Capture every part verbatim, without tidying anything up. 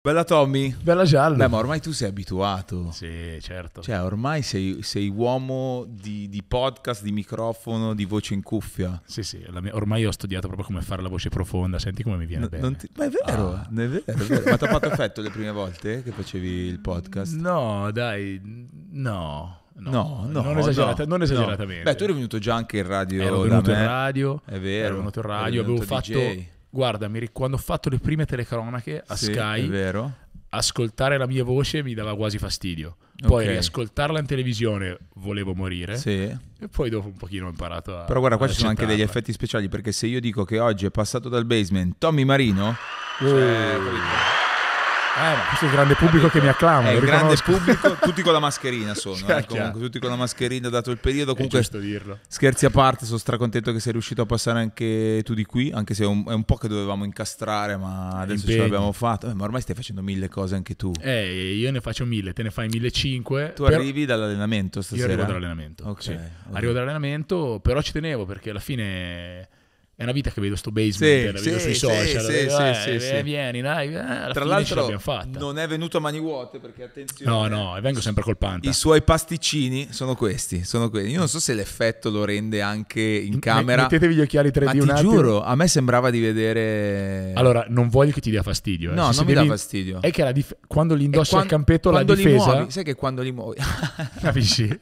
Bella Tommy. Bella giallo. Beh, ma ormai tu sei abituato. Sì, certo. Cioè, ormai sei, sei uomo di, di podcast, di microfono, di voce in cuffia. Sì, sì. La mia, ormai ho studiato proprio come fare la voce profonda. Senti come mi viene No, bene. non ti, ma è vero, Ah. è vero, è vero. Ma ti ha fatto effetto le prime volte che facevi il podcast? No, dai, no. No, no, non, esagerata, no, non esageratamente. No. Beh, tu eri venuto già anche in radio. Ero da venuto me. in radio. È vero. Ero venuto in radio. Avevo fatto. D J. Guarda, mi, quando ho fatto le prime telecronache a Sì, Sky, è vero. ascoltare la mia voce mi dava quasi fastidio. Poi Ok. riascoltarla in televisione volevo morire. Sì. E poi dopo un pochino ho imparato a. Però guarda, qua ad ci sono anche degli accettarla. effetti speciali, perché se io dico che oggi è passato dal basement Tommy Marino, Uh. cioè, capito? Eh, ma questo è il grande pubblico che mi acclama. È lo il grande riconosco. pubblico, tutti con la mascherina sono, Sì, eh, chiaro. comunque, tutti con la mascherina dato il periodo. È Comunque, giusto dirlo. scherzi a parte, sono stracontento che sei riuscito a passare anche tu di qui, anche se è un, è un po' che dovevamo incastrare, ma adesso Impegni. ce l'abbiamo fatto. Eh, ma ormai stai facendo mille cose anche tu. Eh, io ne faccio mille, te ne fai millecinquecento. Tu però- arrivi dall'allenamento Io stasera? arrivo dall'allenamento. Ok, sì. ok. Arrivo dall'allenamento, però ci tenevo perché alla fine è una vita che vedo sto basement, Sì, la vedo sì, sui sì, social. sì, vedo, sì, eh, sì, eh, sì. Vieni, dai. Eh, alla Tra fine ce l'altro l'abbiamo fatta. non è venuto a mani vuote, perché attenzione. No, no, e vengo sempre col panta. I suoi pasticcini sono questi, sono questi. Io non so se l'effetto lo rende anche in camera. Mettetevi gli occhiali tre D Ma un ti attimo. giuro, a me sembrava di vedere. Allora, non voglio che ti dia fastidio. eh. no, Se non mi devi- dà fastidio. È che la dif- quando li E indossi quan- al campetto la quando li difesa, muovi, sai che quando li muovi, capisci?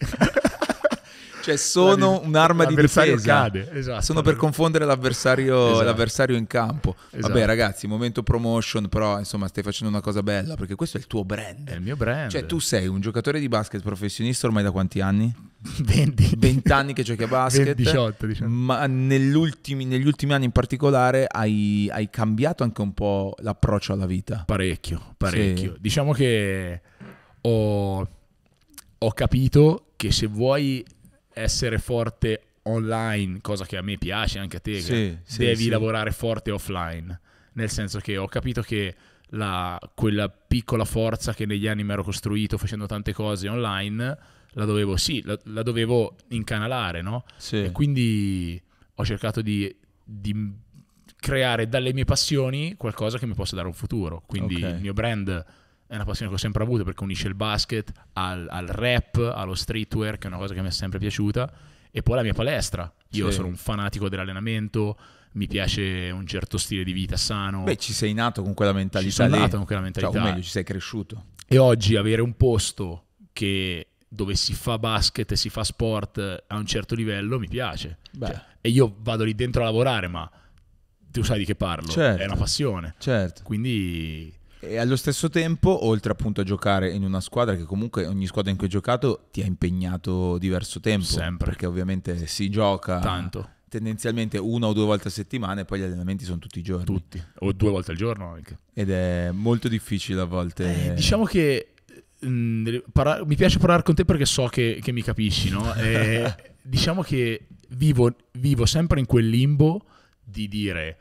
cioè sono La di- un'arma di l'avversario difesa. cade, esatto. Sono per confondere l'avversario, Esatto. l'avversario in campo. Esatto. Vabbè, ragazzi, momento promotion, però insomma stai facendo una cosa bella, perché questo è il tuo brand. È il mio brand. Cioè tu sei un giocatore di basket professionista ormai da quanti anni? venti venti anni che giochi a basket. diciotto, diciamo. Ma negli ultimi, negli ultimi anni in particolare hai, hai cambiato anche un po' l'approccio alla vita. Parecchio, parecchio. Sì. Diciamo che ho, ho capito che se vuoi essere forte online, cosa che a me piace, anche a te, Sì, che sì, devi sì. lavorare forte offline. Nel senso che ho capito che la, quella piccola forza che negli anni mi ero costruito facendo tante cose online, la dovevo, sì, la, la dovevo incanalare, no? Sì. E quindi ho cercato di, di creare dalle mie passioni qualcosa che mi possa dare un futuro. Quindi Ok. il mio brand è una passione che ho sempre avuto, perché unisce il basket al, al rap, allo streetwear, che è una cosa che mi è sempre piaciuta, e poi la mia palestra. Io Sì. sono un fanatico dell'allenamento, mi piace un certo stile di vita sano. Beh, ci sei nato con quella mentalità Ci sono lì. nato con quella Cioè, mentalità. o meglio, ci sei cresciuto. E oggi avere un posto che dove si fa basket e si fa sport a un certo livello mi piace. Beh. Cioè, e io vado lì dentro a lavorare, ma tu sai di che parlo. Certo. È una passione. Certo. Quindi E allo stesso tempo, oltre appunto a giocare in una squadra, che comunque ogni squadra in cui hai giocato ti ha impegnato diverso tempo. Sempre. Perché ovviamente si gioca tanto, tendenzialmente una o due volte a settimana, e poi gli allenamenti sono tutti i giorni. tutti. O due volte al giorno anche. Ed è molto difficile a volte. Eh, diciamo che mh, parla- mi piace parlare con te perché so che, che mi capisci, no? E diciamo che vivo, vivo sempre in quel limbo di dire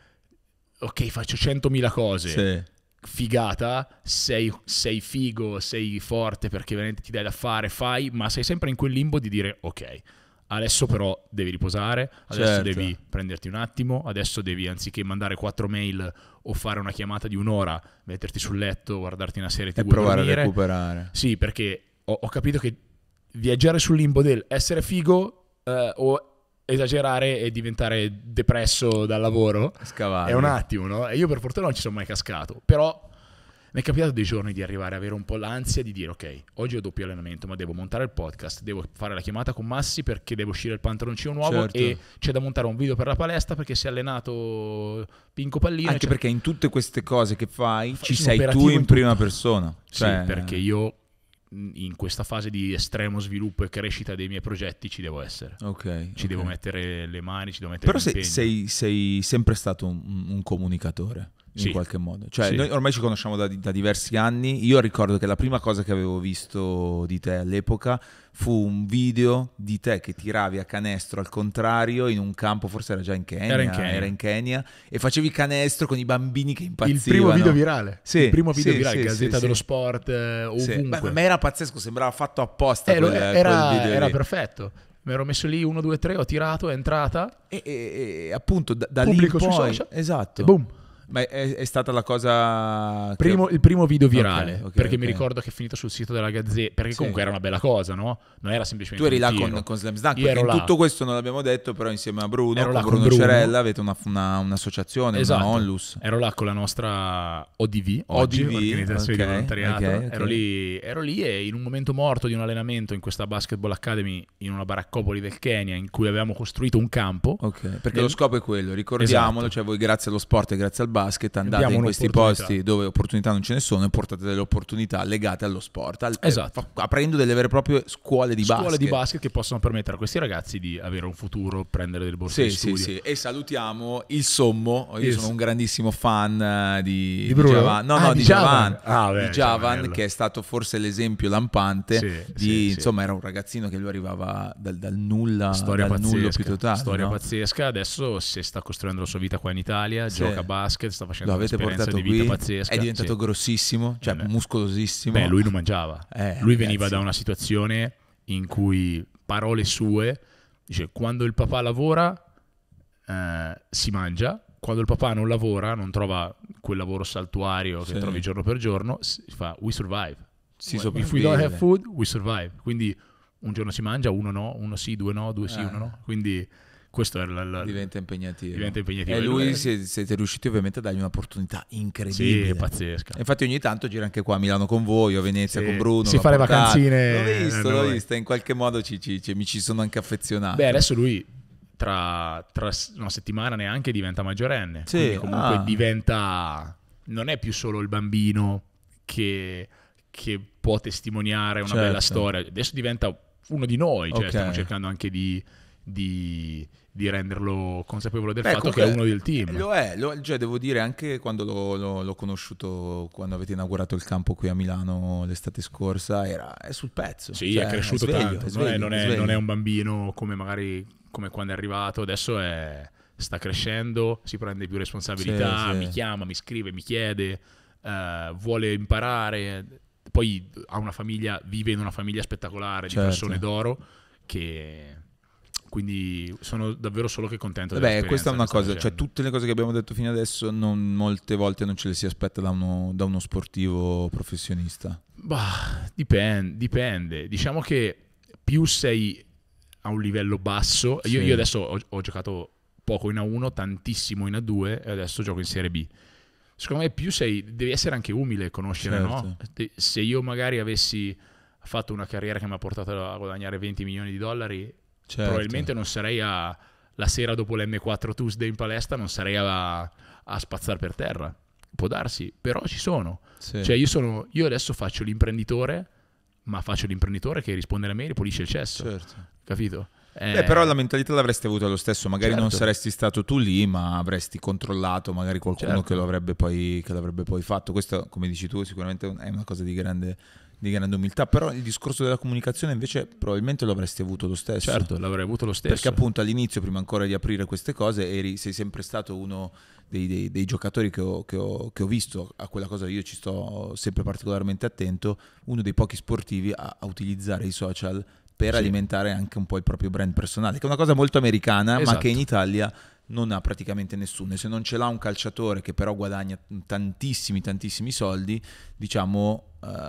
ok, faccio centomila cose, Sì. figata, sei, sei figo, sei forte perché veramente ti dai da fare, fai, ma sei sempre in quel limbo di dire ok, adesso però devi riposare, adesso Certo. devi prenderti un attimo, adesso devi, anziché mandare quattro mail o fare una chiamata di un'ora, metterti sul letto, guardarti una serie E tivù provare dormire. a recuperare. Sì, perché ho, ho capito che viaggiare sul limbo del essere figo eh, o esagerare e diventare depresso dal lavoro Scavare. è un attimo, no? E io per fortuna non ci sono mai cascato, però mi è capitato dei giorni di arrivare a avere un po' l'ansia di dire ok, oggi ho doppio allenamento, ma devo montare il podcast, devo fare la chiamata con Massi perché devo uscire il pantaloncino nuovo, Certo. e c'è da montare un video per la palestra perché si è allenato Pinco Pallino. Anche cioè- perché in tutte queste cose che fai Fa- ci sono sei tu operativo in in prima tutto. persona. Sì, Cioè, perché io mh, in questa fase di estremo sviluppo e crescita dei miei progetti ci devo essere. Ok. Ci ok. devo mettere le mani, ci devo mettere Però sei, l'impegno. sei, sei sempre stato un, un comunicatore, in Sì. qualche modo. Cioè, Sì. noi ormai ci conosciamo da, da diversi anni. Io ricordo che la prima cosa che avevo visto di te all'epoca fu un video di te che tiravi a canestro al contrario in un campo, forse era già in Kenya, Era in Kenya. era in Kenya, e facevi canestro con i bambini che Il impazzivano. primo video virale. Sì, il primo video sì, virale, sì, Gazzetta sì, dello sì. Sport, eh, Sì. ovunque. Beh, ma era pazzesco, sembrava fatto apposta Eh, lo- quel, era, quel video era lì. perfetto. Mi ero messo lì uno, due, tre, ho tirato, è entrata, E, e- e appunto da, da lì in pubblico sui poi, social, esatto. e boom. Ma è, è stata la cosa... Che... Primo, il primo video virale, okay, okay, perché okay. mi ricordo che è finito sul sito della Gazzetta, perché sì. comunque era una bella cosa, no? Non era semplicemente tu eri là un tiro. con, con Slam Dunk, Io perché in là. tutto questo non l'abbiamo detto, però insieme a Bruno, ero con là Bruno, con Bruno Cerella, avete una, una, un'associazione, esatto. una onlus. Ero là con la nostra O D V, oggi, O D V, organizzazione okay, di volontariato. okay, okay. Ero, lì, ero lì e in un momento morto di un allenamento in questa Basketball Academy, in una baraccopoli del Kenya, in cui avevamo costruito un campo. Ok, perché nel... lo scopo è quello, ricordiamolo, esatto. Cioè voi grazie allo sport e grazie al basket andate Abbiamo in questi posti dove opportunità non ce ne sono e portate delle opportunità legate allo sport, al, esatto. eh, aprendo delle vere e proprie scuole di scuole basket. di basket che possono permettere a questi ragazzi di avere un futuro, prendere delle borse sì, di studio. Sì, sì, e salutiamo il sommo, io yes. sono un grandissimo fan di, di, di Javan, no, ah, no, di di Javan, ah, beh, di Javan che è stato forse l'esempio lampante sì, di, sì, insomma, sì. era un ragazzino che lui arrivava dal, dal nulla, storia dal pazzesca, nullo più totale. Storia no? pazzesca, adesso si sta costruendo la sua vita qua in Italia, sì. gioca a basket, sta facendo lo avete un'esperienza portato di vita qui, pazzesca. È diventato sì. grossissimo, cioè Beh, muscolosissimo. Beh, lui non mangiava. Eh, lui veniva ragazzi. da una situazione in cui, parole sue, dice quando il papà lavora eh, si mangia, quando il papà non lavora, non trova quel lavoro saltuario che sì. trovi giorno per giorno, si fa we survive. Si If we don't have food, we survive. Quindi un giorno si mangia, uno no, uno sì, due no, due sì, eh. uno no. Quindi questo è la, la, diventa impegnativo. Diventa impegnativo. E lui siete, siete riusciti ovviamente a dargli un'opportunità incredibile. Sì, pazzesca. Infatti ogni tanto gira anche qua a Milano con voi, o a Venezia sì. con Bruno. Si fa le vacanzine. L'ho visto, l'ho visto, in qualche modo ci, ci, ci, mi ci sono anche affezionato. Beh, adesso lui tra, tra una settimana neanche diventa maggiorenne. Sì. Quindi comunque ah. diventa... Non è più solo il bambino che, che può testimoniare una certo. bella storia. Adesso diventa uno di noi. Cioè okay. stiamo cercando anche di... di di renderlo consapevole del Beh, fatto che è uno del team. Lo è, lo, cioè devo dire anche quando l'ho, l'ho, l'ho conosciuto, quando avete inaugurato il campo qui a Milano l'estate scorsa, era è sul pezzo. Sì, cioè, è cresciuto è sveglio, tanto, è sveglio, non, è, è non, è, non è un bambino come magari come quando è arrivato, adesso è, sta crescendo, si prende più responsabilità, sì, sì. mi chiama, mi scrive, mi chiede, uh, vuole imparare, poi ha una famiglia, vive in una famiglia spettacolare certo. di persone d'oro che... Quindi sono davvero solo che contento. Beh, questa è una cosa, cioè tutte le cose che abbiamo detto fino adesso non, molte volte non ce le si aspetta da uno, da uno sportivo professionista. Bah, dipende, dipende. Diciamo che più sei a un livello basso, sì. io, io adesso ho, ho giocato poco in A uno, tantissimo in A due e adesso gioco in Serie B. Secondo me più sei, devi essere anche umile, conoscere, certo. no? Se io magari avessi fatto una carriera che mi ha portato a guadagnare venti milioni di dollari... Certo. Probabilmente non sarei a, la sera dopo l'M quattro Tuesday in palestra non sarei a, a spazzare per terra, può darsi, però ci sono, sì. cioè io sono io adesso faccio l'imprenditore, ma faccio l'imprenditore che risponde alle mail e pulisce il cesso, certo. capito? Eh... Beh, però la mentalità l'avresti avuta lo stesso, magari certo. non saresti stato tu lì, ma avresti controllato magari qualcuno certo. che, lo avrebbe poi, che l'avrebbe poi fatto. Questo, come dici tu, sicuramente è una cosa di grande... di grande umiltà, però il discorso della comunicazione invece probabilmente lo avresti avuto lo stesso. Certo, l'avrei avuto lo stesso. Perché appunto all'inizio, prima ancora di aprire queste cose, eri, sei sempre stato uno dei, dei, dei giocatori che ho, che, ho, che ho visto, a quella cosa io ci sto sempre particolarmente attento, uno dei pochi sportivi a, a utilizzare i social per sì. alimentare anche un po' il proprio brand personale, che è una cosa molto americana, esatto. ma che in Italia non ha praticamente nessuno, e se non ce l'ha un calciatore che però guadagna tantissimi tantissimi soldi, diciamo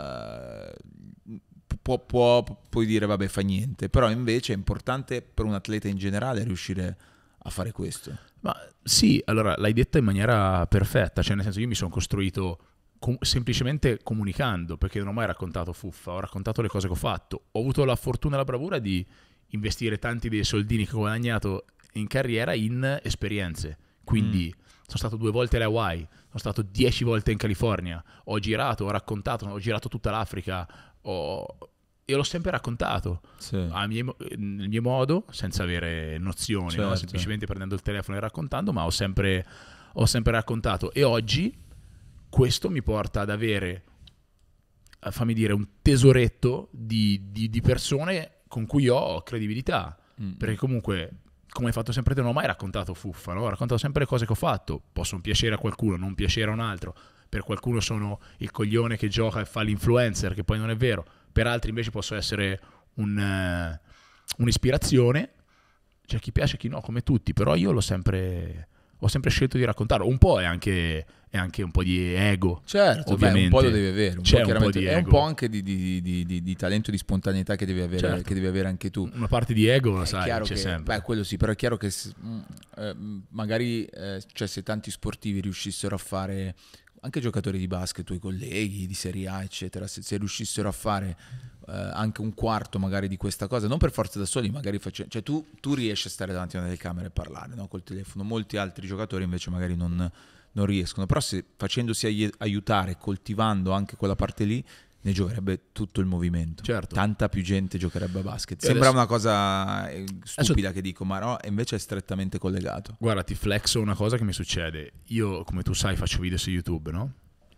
uh, può, può, puoi dire vabbè fa niente, però invece è importante per un atleta in generale riuscire a fare questo. Ma sì, allora l'hai detta in maniera perfetta, cioè nel senso io mi sono costruito com- semplicemente comunicando, perché non ho mai raccontato fuffa, ho raccontato le cose che ho fatto, ho avuto la fortuna e la bravura di investire tanti dei soldini che ho guadagnato in carriera in esperienze, quindi mm. sono stato due volte alle Hawaii, sono stato dieci volte in California, ho girato, ho raccontato, ho girato tutta l'Africa, ho... e l'ho sempre raccontato sì. a mie, nel mio modo, senza avere nozioni, certo. no? semplicemente prendendo il telefono e raccontando, ma ho sempre, ho sempre raccontato, e oggi questo mi porta ad avere, fammi dire, un tesoretto di, di, di persone con cui ho credibilità, mm. perché comunque, come hai fatto sempre te, non ho mai raccontato fuffa, no? Ho raccontato sempre le cose che ho fatto, possono piacere a qualcuno, non piacere a un altro, per qualcuno sono il coglione che gioca e fa l'influencer, che poi non è vero, per altri invece posso essere un, uh, un'ispirazione, c'è chi piace e chi no, come tutti, però io l'ho sempre, ho sempre scelto di raccontarlo. Un po' è anche, è anche un po' di ego. Certo, ovviamente. Beh, un po' lo devi avere. Un C'è po' un po' di è un ego. po' anche di, di, di, di, di talento, di spontaneità che devi avere, Certo. che devi avere anche tu. Una parte di ego, È sai, chiaro c'è che, sempre. Beh, quello sì, però è chiaro che se, mh, eh, magari eh, cioè, se tanti sportivi riuscissero a fare, anche giocatori di basket, tuoi colleghi di Serie A, eccetera, se, se riuscissero a fare eh, anche un quarto magari di questa cosa, non per forza da soli, magari face- cioè tu, tu riesci a stare davanti a una telecamera e parlare, no? Col telefono, molti altri giocatori invece magari non, non riescono, però se facendosi ai- aiutare, coltivando anche quella parte lì, ne gioverebbe tutto il movimento. Certo. Tanta più gente giocherebbe a basket. E Sembra adesso- una cosa eh, stupida adesso- che dico, ma no, invece è strettamente collegato. Guarda, ti flexo una cosa che mi succede. Io, come tu sai, faccio video su YouTube, no?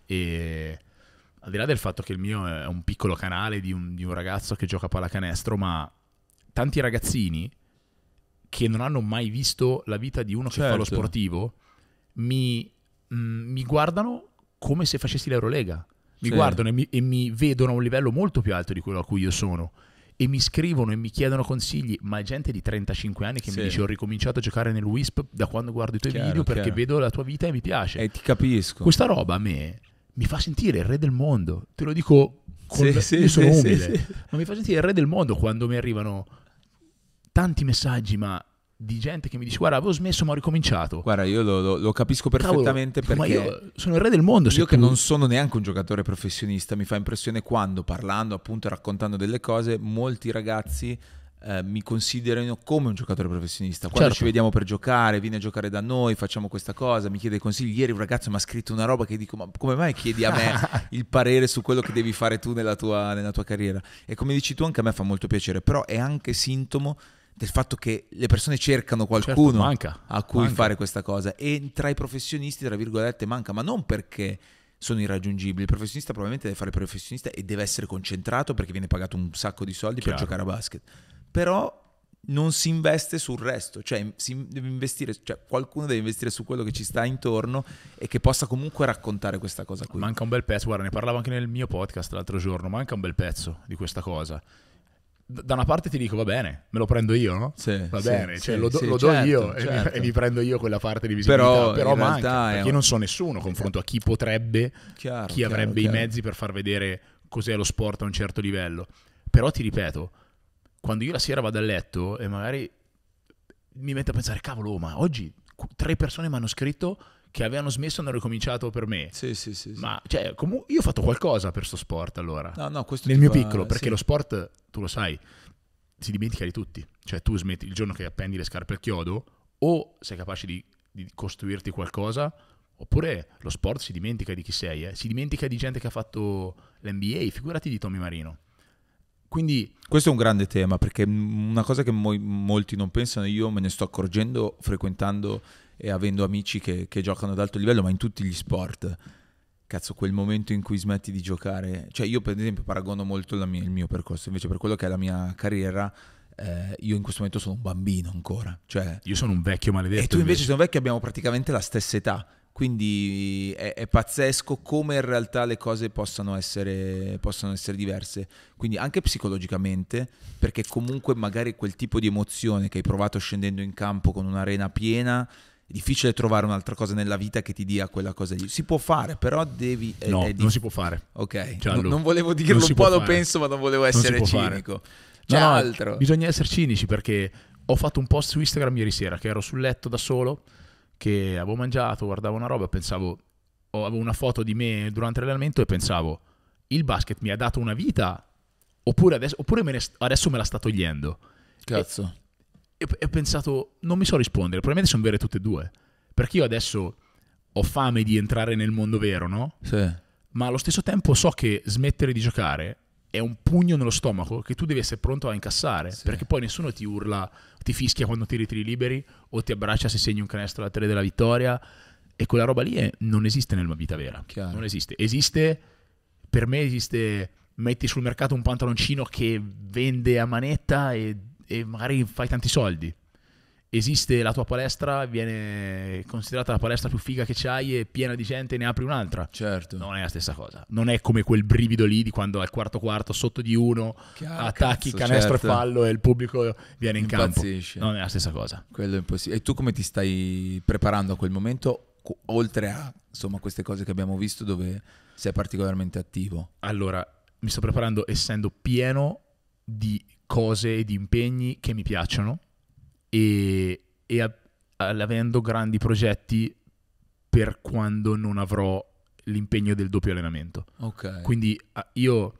E al di là del fatto che il mio è un piccolo canale di un, di un ragazzo che gioca a pallacanestro, ma tanti ragazzini che non hanno mai visto la vita di uno che fa lo Certo. sportivo mi, mh, mi guardano come se facessi l'Eurolega. Mi Sì. guardano e mi, e mi vedono a un livello molto più alto di quello a cui io sono. E mi scrivono e mi chiedono consigli, ma è gente di trentacinque anni che Sì. mi dice: ho ricominciato a giocare nel Wisp da quando guardo i tuoi Chiaro, video perché chiaro. vedo la tua vita e mi piace. E ti capisco. Questa roba a me mi fa sentire il re del mondo. Te lo dico, con... Sì, sì, io sono sì, umile, sì, sì. ma mi fa sentire il re del mondo quando mi arrivano tanti messaggi, ma di gente che mi dice: guarda, avevo smesso ma ho ricominciato. Guarda, io lo, lo- lo capisco Cavolo, perfettamente dico, perché ma io sono il re del mondo. se io che tu- non sono neanche un giocatore professionista, mi fa impressione quando parlando, appunto, raccontando delle cose, molti ragazzi eh, mi considerano come un giocatore professionista. Quando Certo. ci vediamo per giocare, vieni a giocare da noi, facciamo questa cosa, mi chiede consigli. Ieri un ragazzo mi ha scritto una roba che dico: ma come mai chiedi a me il parere su quello che devi fare tu nella tua, nella tua carriera? E come dici tu, anche a me fa molto piacere, però è anche sintomo del fatto che le persone cercano qualcuno Certo, manca, a cui manca. fare questa cosa, e tra i professionisti, tra virgolette, manca, ma non perché sono irraggiungibili. Il professionista probabilmente deve fare il professionista e deve essere concentrato perché viene pagato un sacco di soldi Chiaro. per giocare a basket, però non si investe sul resto, cioè si deve investire, cioè qualcuno deve investire su quello che ci sta intorno e che possa comunque raccontare questa cosa qui. Manca un bel pezzo, guarda, ne parlavo anche nel mio podcast l'altro giorno, manca un bel pezzo di questa cosa. D- Da una parte ti dico: va bene, me lo prendo io, no? Sì, Va sì, bene, cioè sì, lo do, sì, lo do certo, io e mi- certo. e mi prendo io quella parte di visibilità. Però, Però, in manca, realtà è perché un- io non so nessuno confronto a chi potrebbe, Chiaro, chi chiaro, avrebbe chiaro. i mezzi per far vedere cos'è lo sport a un certo livello. Però ti ripeto, quando io la sera vado a letto e magari mi metto a pensare: cavolo, ma oggi qu- tre persone mi hanno scritto che avevano smesso e hanno ricominciato per me. Sì, sì, sì, sì. Ma cioè, comunque io ho fatto qualcosa per sto sport allora. No, no, questo Nel ti mio fa- piccolo, perché sì. lo sport, tu lo sai, si dimentica di tutti. Cioè tu smetti il giorno che appendi le scarpe al chiodo, o sei capace di, di costruirti qualcosa, oppure lo sport si dimentica di chi sei, eh. Si dimentica di gente che ha fatto l'N B A, figurati di Tommy Marino. Quindi Questo è un grande tema, perché una cosa che mo- molti non pensano, io me ne sto accorgendo frequentando e avendo amici che, che giocano ad alto livello, ma in tutti gli sport. Cazzo, quel momento in cui smetti di giocare, cioè io per esempio paragono molto la mia- il mio percorso, invece per quello che è la mia carriera, eh, io in questo momento sono un bambino ancora, cioè, io sono un vecchio maledetto. e tu invece sono vecchio, abbiamo praticamente la stessa età, quindi è, è pazzesco come in realtà le cose possano essere, possano essere diverse, quindi anche psicologicamente, perché comunque magari quel tipo di emozione che hai provato scendendo in campo con un'arena piena, è difficile trovare un'altra cosa nella vita che ti dia quella cosa lì. Si può fare, però devi... è- No, è dif- non si può fare. Ok, Giallo. non, non volevo dirlo, Non si un po' può lo fare. penso, ma non volevo Non si essere può fare. cinico. C'è No, no, altro. bisogna essere cinici, perché ho fatto un post su Instagram ieri sera che ero sul letto da solo, che avevo mangiato, guardavo una roba e pensavo, o avevo una foto di me durante l'allenamento e pensavo: il basket mi ha dato una vita oppure adesso, oppure me ne, adesso me la sta togliendo? Cazzo. E, e ho pensato, non mi so rispondere, probabilmente sono vere tutte e due, perché io adesso ho fame di entrare nel mondo vero, no? Sì. Ma allo stesso tempo so che smettere di giocare è un pugno nello stomaco che tu devi essere pronto a incassare, Sì. perché poi nessuno ti urla, ti fischia quando tiri tiri liberi o ti abbraccia se segni un canestro alla tele della vittoria, e quella roba lì è- non esiste nella vita vera. Chiaro. Non esiste. Esiste, per me esiste, metti sul mercato un pantaloncino che vende a manetta e, e magari fai tanti soldi. esiste la tua palestra, viene considerata la palestra più figa che c'hai, è piena di gente, ne apri un'altra. Certo. Non è la stessa cosa. Non è come quel brivido lì di quando al quarto quarto sotto di uno Chiaro, attacchi cazzo, canestro certo. e fallo e il pubblico viene in Impazzisce. campo. Non è la stessa cosa. Quello è impossibile. E tu come ti stai preparando a quel momento, oltre a insomma queste cose che abbiamo visto dove sei particolarmente attivo? Allora, mi sto preparando essendo pieno di cose e di impegni che mi piacciono e, e a, avendo grandi progetti per quando non avrò l'impegno del doppio allenamento. Ok. Quindi io,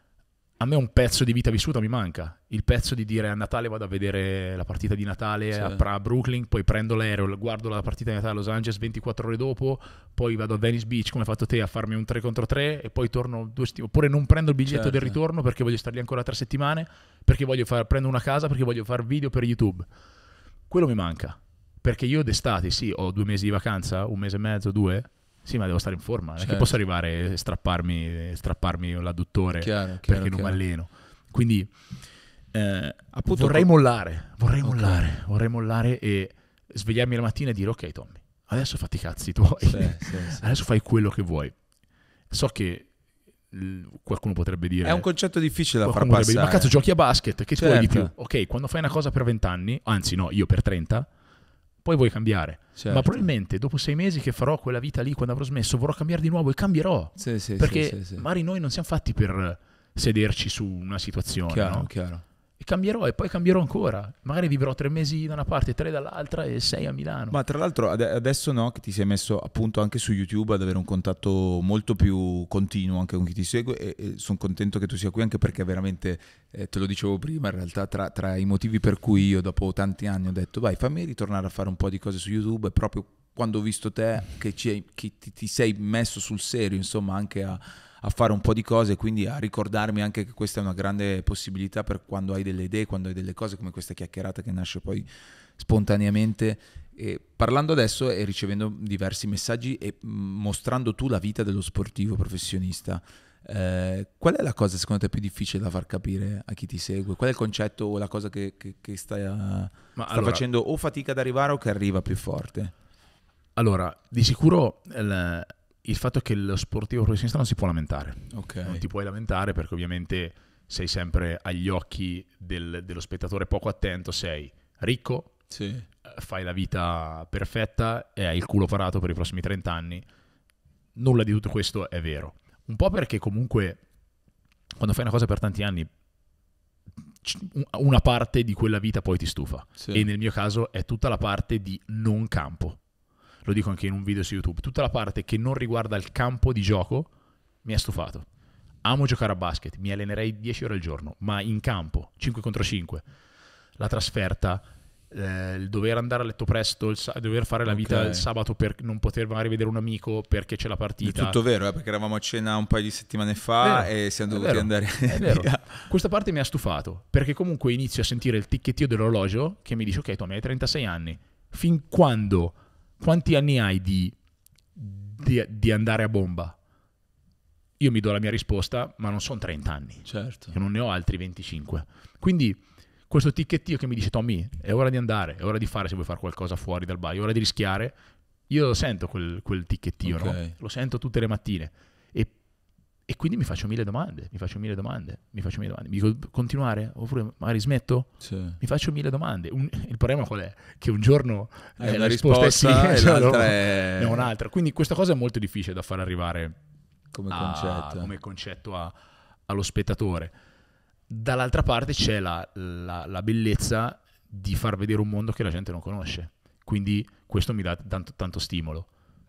a me un pezzo di vita vissuta mi manca, il pezzo di dire a Natale vado a vedere la partita di Natale, sì, a, a Brooklyn, poi prendo l'aereo, guardo la partita di Natale a Los Angeles ventiquattro ore dopo, poi vado a Venice Beach come hai fatto te a farmi un tre contro tre e poi torno due settimane, oppure non prendo il biglietto, certo, del ritorno perché voglio stare lì ancora tre settimane, perché voglio far, prendo una casa, perché voglio fare video per YouTube. Quello mi manca, perché io d'estate sì, ho due mesi di vacanza, un mese e mezzo, due, sì, ma devo stare in forma, non certo, è che posso arrivare e strapparmi, strapparmi l'adduttore chiaro, perché chiaro, non mi alleno. Quindi eh, Appunto, vorrei con... mollare, vorrei okay. mollare, vorrei mollare e svegliarmi la mattina e dire ok Tommy, adesso fatti i cazzi tuoi, sì, sì, sì. Adesso fai quello che vuoi. So che l- qualcuno potrebbe dire... È un concetto difficile da far passare. Dire, ma cazzo giochi a basket, che certo. vuoi di più? Ok, quando fai una cosa per vent'anni, anzi no, io per trenta... poi vuoi cambiare, certo. Ma probabilmente dopo sei mesi che farò quella vita lì, quando avrò smesso, vorrò cambiare di nuovo e cambierò. Sì, sì, perché sì, sì, sì. magari noi non siamo fatti per sederci su una situazione, chiaro, no? Chiaro. E cambierò e poi cambierò ancora. Magari vivrò tre mesi da una parte, tre dall'altra e sei a Milano. Ma tra l'altro adesso no, che ti sei messo appunto anche su YouTube ad avere un contatto molto più continuo anche con chi ti segue e, e sono contento che tu sia qui anche perché veramente, eh, te lo dicevo prima, in realtà tra, tra i motivi per cui io dopo tanti anni ho detto vai fammi ritornare a fare un po' di cose su YouTube è proprio quando ho visto te che, ci, che ti, ti sei messo sul serio insomma anche a a fare un po' di cose, quindi a ricordarmi anche che questa è una grande possibilità per quando hai delle idee, quando hai delle cose come questa chiacchierata che nasce poi spontaneamente. E parlando adesso e ricevendo diversi messaggi e mostrando tu la vita dello sportivo professionista, eh, qual è la cosa secondo te più difficile da far capire a chi ti segue? Qual è il concetto o la cosa che, che, che sta, Ma sta allora, facendo o fatica ad arrivare o che arriva più forte? Allora, di sicuro... Il... il fatto è che lo sportivo professionista non si può lamentare, okay. Non ti puoi lamentare perché ovviamente sei sempre agli occhi del, dello spettatore poco attento, sei ricco, sì. Fai la vita perfetta e hai il culo parato per i prossimi trenta anni. Nulla di tutto questo è vero, un po' perché comunque quando fai una cosa per tanti anni una parte di quella vita poi ti stufa, sì. E nel mio caso è tutta la parte di non campo. Lo dico anche in un video su YouTube, tutta la parte che non riguarda il campo di gioco mi ha stufato. Amo giocare a basket, mi allenerei dieci ore al giorno, ma in campo, cinque contro cinque, la trasferta, eh, il dover andare a letto presto, il sa- dover fare la vita okay. il sabato per non poter magari vedere un amico perché c'è la partita. È tutto vero, eh, perché eravamo a cena un paio di settimane fa vero, e siamo dovuti vero, andare è vero. Questa parte mi ha stufato, perché comunque inizio a sentire il ticchettio dell'orologio che mi dice ok Tommy hai trentasei anni, fin quando... quanti anni hai di, di, di andare a bomba? Io mi do la mia risposta, ma non sono trenta anni. Certo. Che non ne ho altri venticinque. Quindi questo ticchettio che mi dice Tommy, è ora di andare, è ora di fare se vuoi fare qualcosa fuori dal bar, è ora di rischiare. Io lo sento quel, quel ticchettio, okay. No? Lo sento tutte le mattine. E, e quindi mi faccio mille domande, mi faccio mille domande, mi faccio mille domande. Mi dico continuare? Oppure magari smetto? Sì. Mi faccio mille domande. Un, il problema qual è? Che un giorno eh, la risposta, risposta è sì, e l'altra è... è un'altra. Quindi questa cosa è molto difficile da far arrivare come a, concetto, come concetto a, allo spettatore. Dall'altra parte c'è la, la, la bellezza di far vedere un mondo che la gente non conosce. Quindi questo mi dà tanto, tanto stimolo.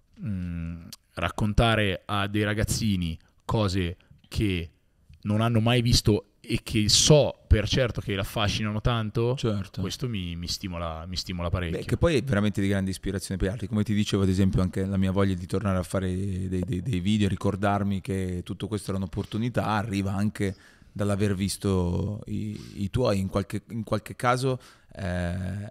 Mm, raccontare a dei ragazzini cose che non hanno mai visto e che so per certo che l'affascinano tanto, certo. Questo mi, mi, stimola, mi stimola parecchio. Beh, che poi è veramente di grande ispirazione per altri. Come ti dicevo ad esempio anche la mia voglia di tornare a fare dei, dei, dei video, ricordarmi che tutto questo era un'opportunità, arriva anche dall'aver visto i, i tuoi, in qualche, in qualche caso eh,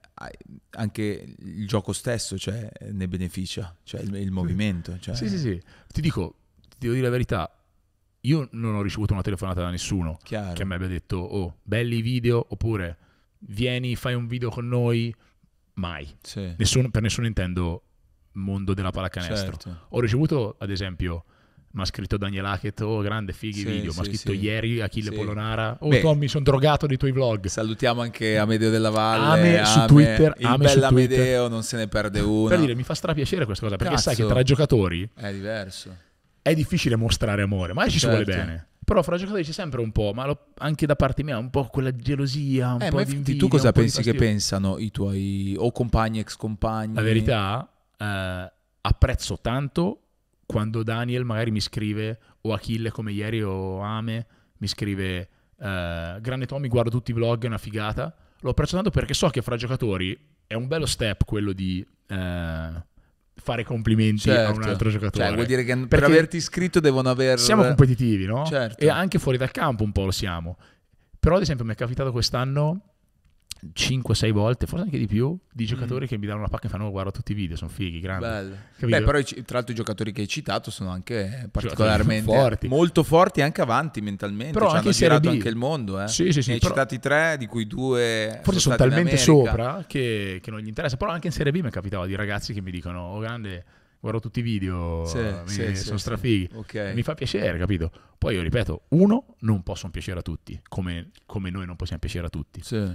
anche il gioco stesso cioè, ne beneficia, cioè il, il movimento. Cioè... Sì, sì, sì. Ti dico, ti devo dire la verità, io non ho ricevuto una telefonata da nessuno Chiaro. Che mi abbia detto oh, belli video, oppure vieni, fai un video con noi, mai. Sì. Nessuno, per nessuno intendo mondo della pallacanestro. Certo. Ho ricevuto, ad esempio, mi ha scritto Daniel Hackett, oh grande, fighi Sì, video, mi ha sì, scritto sì. ieri Achille Sì. Polonara, oh Beh, Tommy, sono drogato dei tuoi vlog. Salutiamo anche Amedeo Della Valle, Ame su Ame, Twitter, il Ame su bell'Amedeo, Twitter. non se ne perde una. Per dire, mi fa strapiacere questa cosa, perché sai Cazzo. che tra giocatori È diverso. è difficile mostrare amore, magari ci si Certo. vuole bene. Però fra giocatori c'è sempre un po', ma lo- anche da parte mia, un po' quella gelosia, un Eh, po' ma di infatti invidia, tu cosa un po' di pensi che fastidio. pensano i tuoi o compagni, ex compagni? La verità, eh, apprezzo tanto quando Daniel magari mi scrive, o Achille come ieri, o Ame, mi scrive, eh, grande Tommy, guardo tutti i vlog, è una figata. Lo apprezzo tanto perché so che fra giocatori è un bello step quello di eh, fare complimenti a un Certo. altro giocatore. Cioè, vuol dire che per Perché averti iscritto devono aver... siamo competitivi, no? Certo. E anche fuori dal campo un po' lo siamo. Però ad esempio mi è capitato quest'anno cinque sei volte, forse anche di più, di giocatori Mm. che mi danno una pacca e fanno "Oh, guarda tutti i video, sono fighi, grandi". Bello. Capito? Beh, però i- tra l'altro i giocatori che hai citato sono anche particolarmente forti. molto forti e anche avanti mentalmente. Però Cioè, anche hanno in Serie girato B. anche il mondo. Eh. Sì, sì, sì, Ne hai però- citati tre, di cui due Forse sono stati in talmente America. sopra che, che non gli interessa. Però anche in Serie B mi capitava di ragazzi che mi dicono "Oh grande, guardo tutti i video, Sì, mi- sì, sì, sono sì. strafighi". Ok. Mi fa piacere, capito? Poi io ripeto, uno, non possono piacere a tutti, come, come noi non possiamo piacere a tutti. Sì.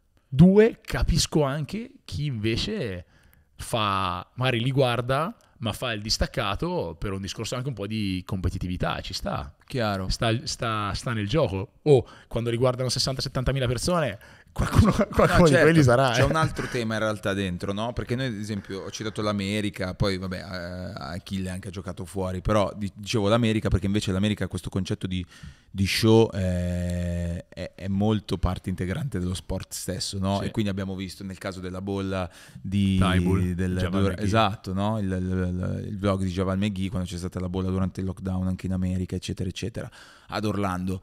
Due, capisco anche chi invece fa, magari li guarda, ma fa il distaccato per un discorso anche un po' di competitività, ci sta. Chiaro. Sta, sta, sta nel gioco. O quando riguardano sessanta settantamila persone, qualcuno, qualcuno No, di certo, quelli sarà. c'è eh. un altro tema in realtà dentro, no? Perché noi ad esempio ho citato l'America, poi vabbè eh, Achille anche ha giocato fuori, però di- dicevo l'America perché invece l'America ha questo concetto di, di show eh, è, è molto parte integrante dello sport stesso, no? Sì. E quindi abbiamo visto nel caso della bolla di Tybull, del, Javal dur- McGee. esatto, no? il, il- il vlog di Javal McGee quando c'è stata la bolla durante il lockdown anche in America, eccetera, eccetera, ad Orlando.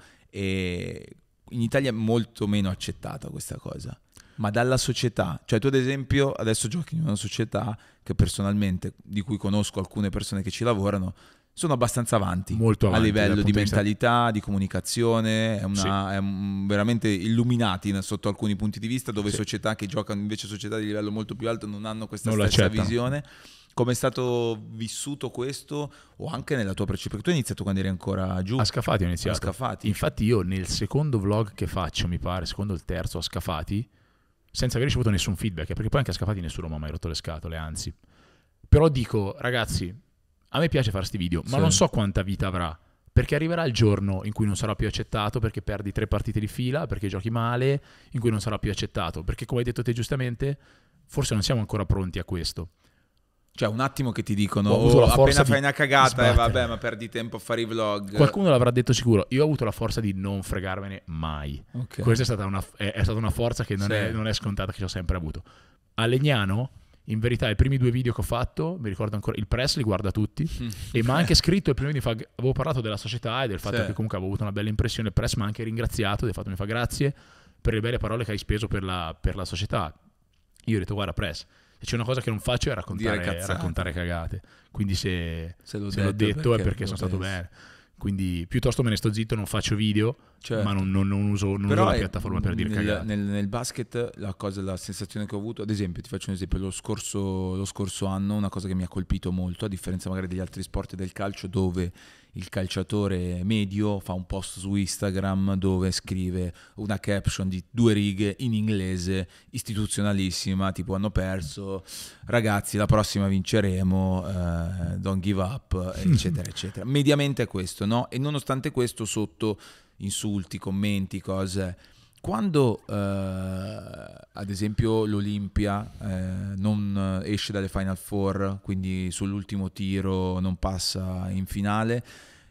E in Italia è molto meno accettata questa cosa, ma dalla società, cioè tu ad esempio adesso giochi in una società che personalmente, di cui conosco alcune persone che ci lavorano, sono abbastanza avanti, Molto avanti a livello dal di punto di vista- mentalità, di comunicazione, è, una, è un- veramente illuminati in- sotto alcuni punti di vista, dove Sì. società che giocano invece società di livello molto più alto non hanno questa Non lo stessa accettano. visione. Come è stato vissuto questo o anche nella tua percezione? Tu hai iniziato quando eri ancora giù? A Scafati ho iniziato. A Scafati. Infatti io nel secondo vlog che faccio, mi pare, secondo il terzo a Scafati, senza aver ricevuto nessun feedback, perché poi anche a Scafati nessuno mi ha mai rotto le scatole, anzi. Però dico, ragazzi, a me piace fare sti video, ma Sì. non so quanta vita avrà, perché arriverà il giorno in cui non sarà più accettato, perché perdi tre partite di fila, perché giochi male, in cui non sarà più accettato, perché come hai detto te giustamente, forse non siamo ancora pronti a questo. Cioè un attimo che ti dicono Ho avuto "Oh, la forza appena di fai una cagata e sbattere". vabbè ma perdi tempo a fare i vlog". Qualcuno l'avrà detto sicuro, io ho avuto la forza di non fregarmene mai. Ok. Questa è stata una, è, è stata una forza che non, Sì. è, non è scontata, che ho sempre avuto. A Legnano, in verità, i primi due video che ho fatto, mi ricordo ancora, il press li guarda tutti, e mi ha anche scritto, il primo video mi fa, avevo parlato della società e del fatto Sì. che comunque avevo avuto una bella impressione, il press mi ha anche ringraziato, del fatto mi fa grazie per le belle parole che hai speso per la, per la società. Io ho detto guarda press, se c'è una cosa che non faccio è raccontare, Dire cazzate. raccontare cagate, quindi se, Se l'ho se l'ho detto, detto è perché perché lo sono stato penso. bene. Quindi piuttosto me ne sto zitto, non faccio video, Certo. ma non, non- non uso, non uso Però la è- piattaforma per dire nel, cagate. nel, nel basket la cosa, la sensazione che ho avuto, ad esempio ti faccio un esempio, lo scorso, lo scorso anno una cosa che mi ha colpito molto, a differenza magari degli altri sport e del calcio, dove il calciatore medio fa un post su Instagram dove scrive una caption di due righe in inglese istituzionalissima, tipo hanno perso, ragazzi la prossima vinceremo, eh, don't give up, eccetera eccetera. Mediamente è questo, no? E nonostante questo sotto insulti, commenti, cose. Quando eh, ad esempio l'Olimpia eh, non esce dalle Final Four, quindi sull'ultimo tiro non passa in finale,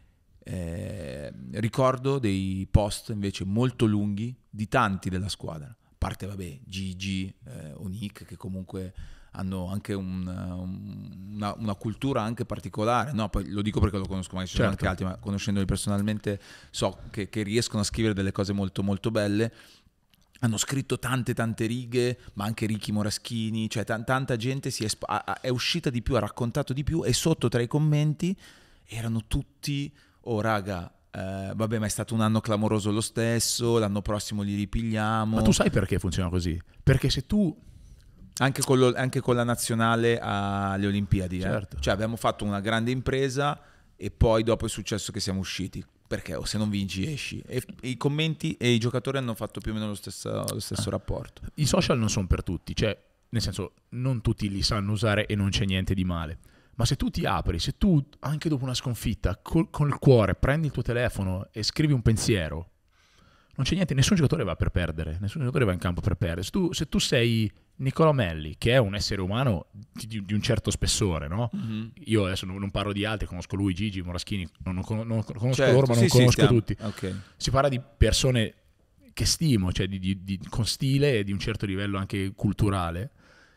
eh, ricordo dei post invece molto lunghi di tanti della squadra, a parte vabbè Gigi, eh, Onik, che comunque hanno anche un, un, una, una cultura anche particolare, no? Poi lo dico perché lo conosco, magari ci sono Certo. anche altri, ma conoscendoli personalmente so che, che riescono a scrivere delle cose molto molto belle. Hanno scritto tante tante righe, ma anche Ricky Moraschini, cioè t- tanta gente si è, sp- ha- è uscita di più, ha raccontato di più, e sotto tra i commenti erano tutti oh raga, eh, vabbè ma è stato un anno clamoroso lo stesso, l'anno prossimo li ripigliamo. Ma tu sai perché funziona così? Perché se tu Anche con, lo, anche con la nazionale alle Olimpiadi. Certo. Eh? Cioè abbiamo fatto una grande impresa e poi dopo è successo che siamo usciti. Perché o se non vinci esci. E, e i commenti e i giocatori hanno fatto più o meno lo stesso, lo stesso ah. rapporto. I social non sono per tutti, cioè nel senso non tutti li sanno usare e non c'è niente di male. Ma se tu ti apri, se tu anche dopo una sconfitta col, con il cuore prendi il tuo telefono e scrivi un pensiero, non c'è niente, nessun giocatore va per perdere, nessun giocatore va in campo per perdere. Se tu, se tu sei Nicolò Melli, che è un essere umano di, di un certo spessore, no? Mm-hmm. Io adesso non, non parlo di altri, conosco lui, Gigi, Moraschini, non, non, non conosco certo, loro, ma non sì, conosco sì, tutti. Okay. Si parla di persone che stimo, cioè di, di, di, con stile e di un certo livello anche culturale.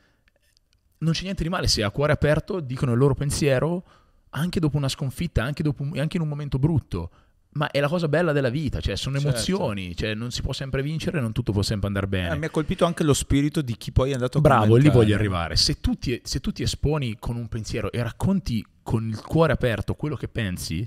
Non c'è niente di male se a cuore aperto dicono il loro pensiero anche dopo una sconfitta, anche, dopo, anche in un momento brutto. Ma è la cosa bella della vita, cioè sono emozioni, certo. Cioè non si può sempre vincere, non tutto può sempre andare bene. Eh, mi ha colpito anche lo spirito di chi poi è andato a Bravo, commentare. lì voglio arrivare. Se tu, ti, se tu ti esponi con un pensiero e racconti con il cuore aperto quello che pensi,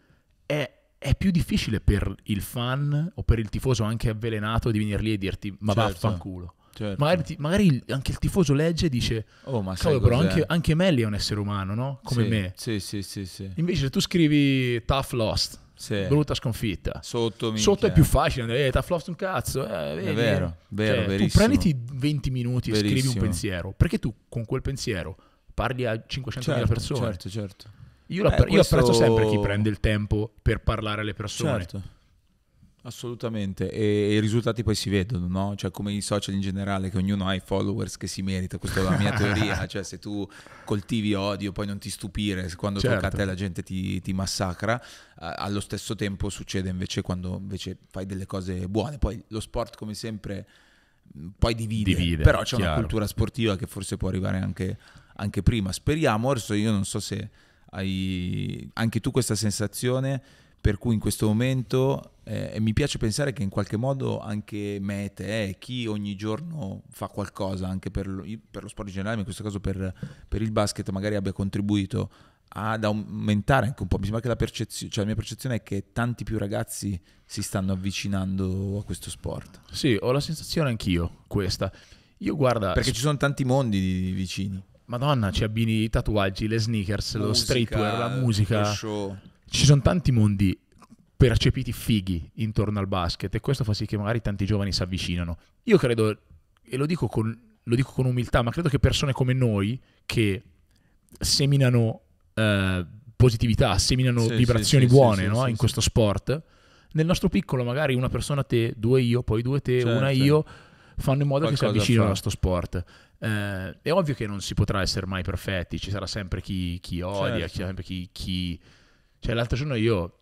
è, è più difficile per il fan o per il tifoso anche avvelenato di venire lì e dirti ma certo. vaffanculo. Certo. Magari, ti, magari anche il tifoso legge e dice oh, ma cavolo, però anche, anche Melli è un essere umano, no? Come sì, me. Sì, sì, sì, sì. Invece se tu scrivi tough lost, sì. brutta sconfitta, sotto, sotto è più facile, eh, tough lost un cazzo, eh, vedi, è vero, vero, cioè, verissimo. Tu prenditi venti minuti e verissimo. scrivi un pensiero, perché tu con quel pensiero parli a cinquecentomila certo, persone. Certo, certo. Io, eh, io questo... apprezzo sempre chi prende il tempo per parlare alle persone. Certo. Assolutamente, e i risultati poi si vedono, no? Cioè come i social in generale, che ognuno ha i followers che si merita, questa è la mia teoria, cioè se tu coltivi odio poi non ti stupire se quando certo. tocca a te la gente ti, ti massacra, uh, allo stesso tempo succede invece quando invece fai delle cose buone, poi lo sport come sempre poi divide, divide però c'è chiaro. Una cultura sportiva che forse può arrivare anche, anche prima, speriamo. Adesso io non so se hai anche tu questa sensazione per cui in questo momento eh, mi piace pensare che in qualche modo anche me, te, eh, chi ogni giorno fa qualcosa anche per lo, per lo sport in generale, ma in questo caso per, per il basket, magari abbia contribuito ad aumentare anche un po'. Mi sembra che la percezione, cioè la mia percezione è che tanti più ragazzi si stanno avvicinando a questo sport. Sì, ho la sensazione anch'io questa. Io guarda, perché ci sono tanti mondi vicini. Madonna, ci abbini i tatuaggi, le sneakers, musica, lo streetwear, la musica, lo show. Ci sono tanti mondi percepiti fighi intorno al basket e questo fa sì che magari tanti giovani si avvicinano. Io credo, e lo dico con, lo dico con umiltà, ma credo che persone come noi che seminano eh, positività, seminano sì, vibrazioni sì, buone sì, no? sì, in sì. questo sport, nel nostro piccolo magari una persona te, due io, poi due te, certo. una io, fanno in modo Qualcosa che si avvicinino allo sport. Eh, è ovvio che non si potrà essere mai perfetti, ci sarà sempre chi, chi odia, certo. ci sarà sempre chi... chi Cioè l'altro giorno io,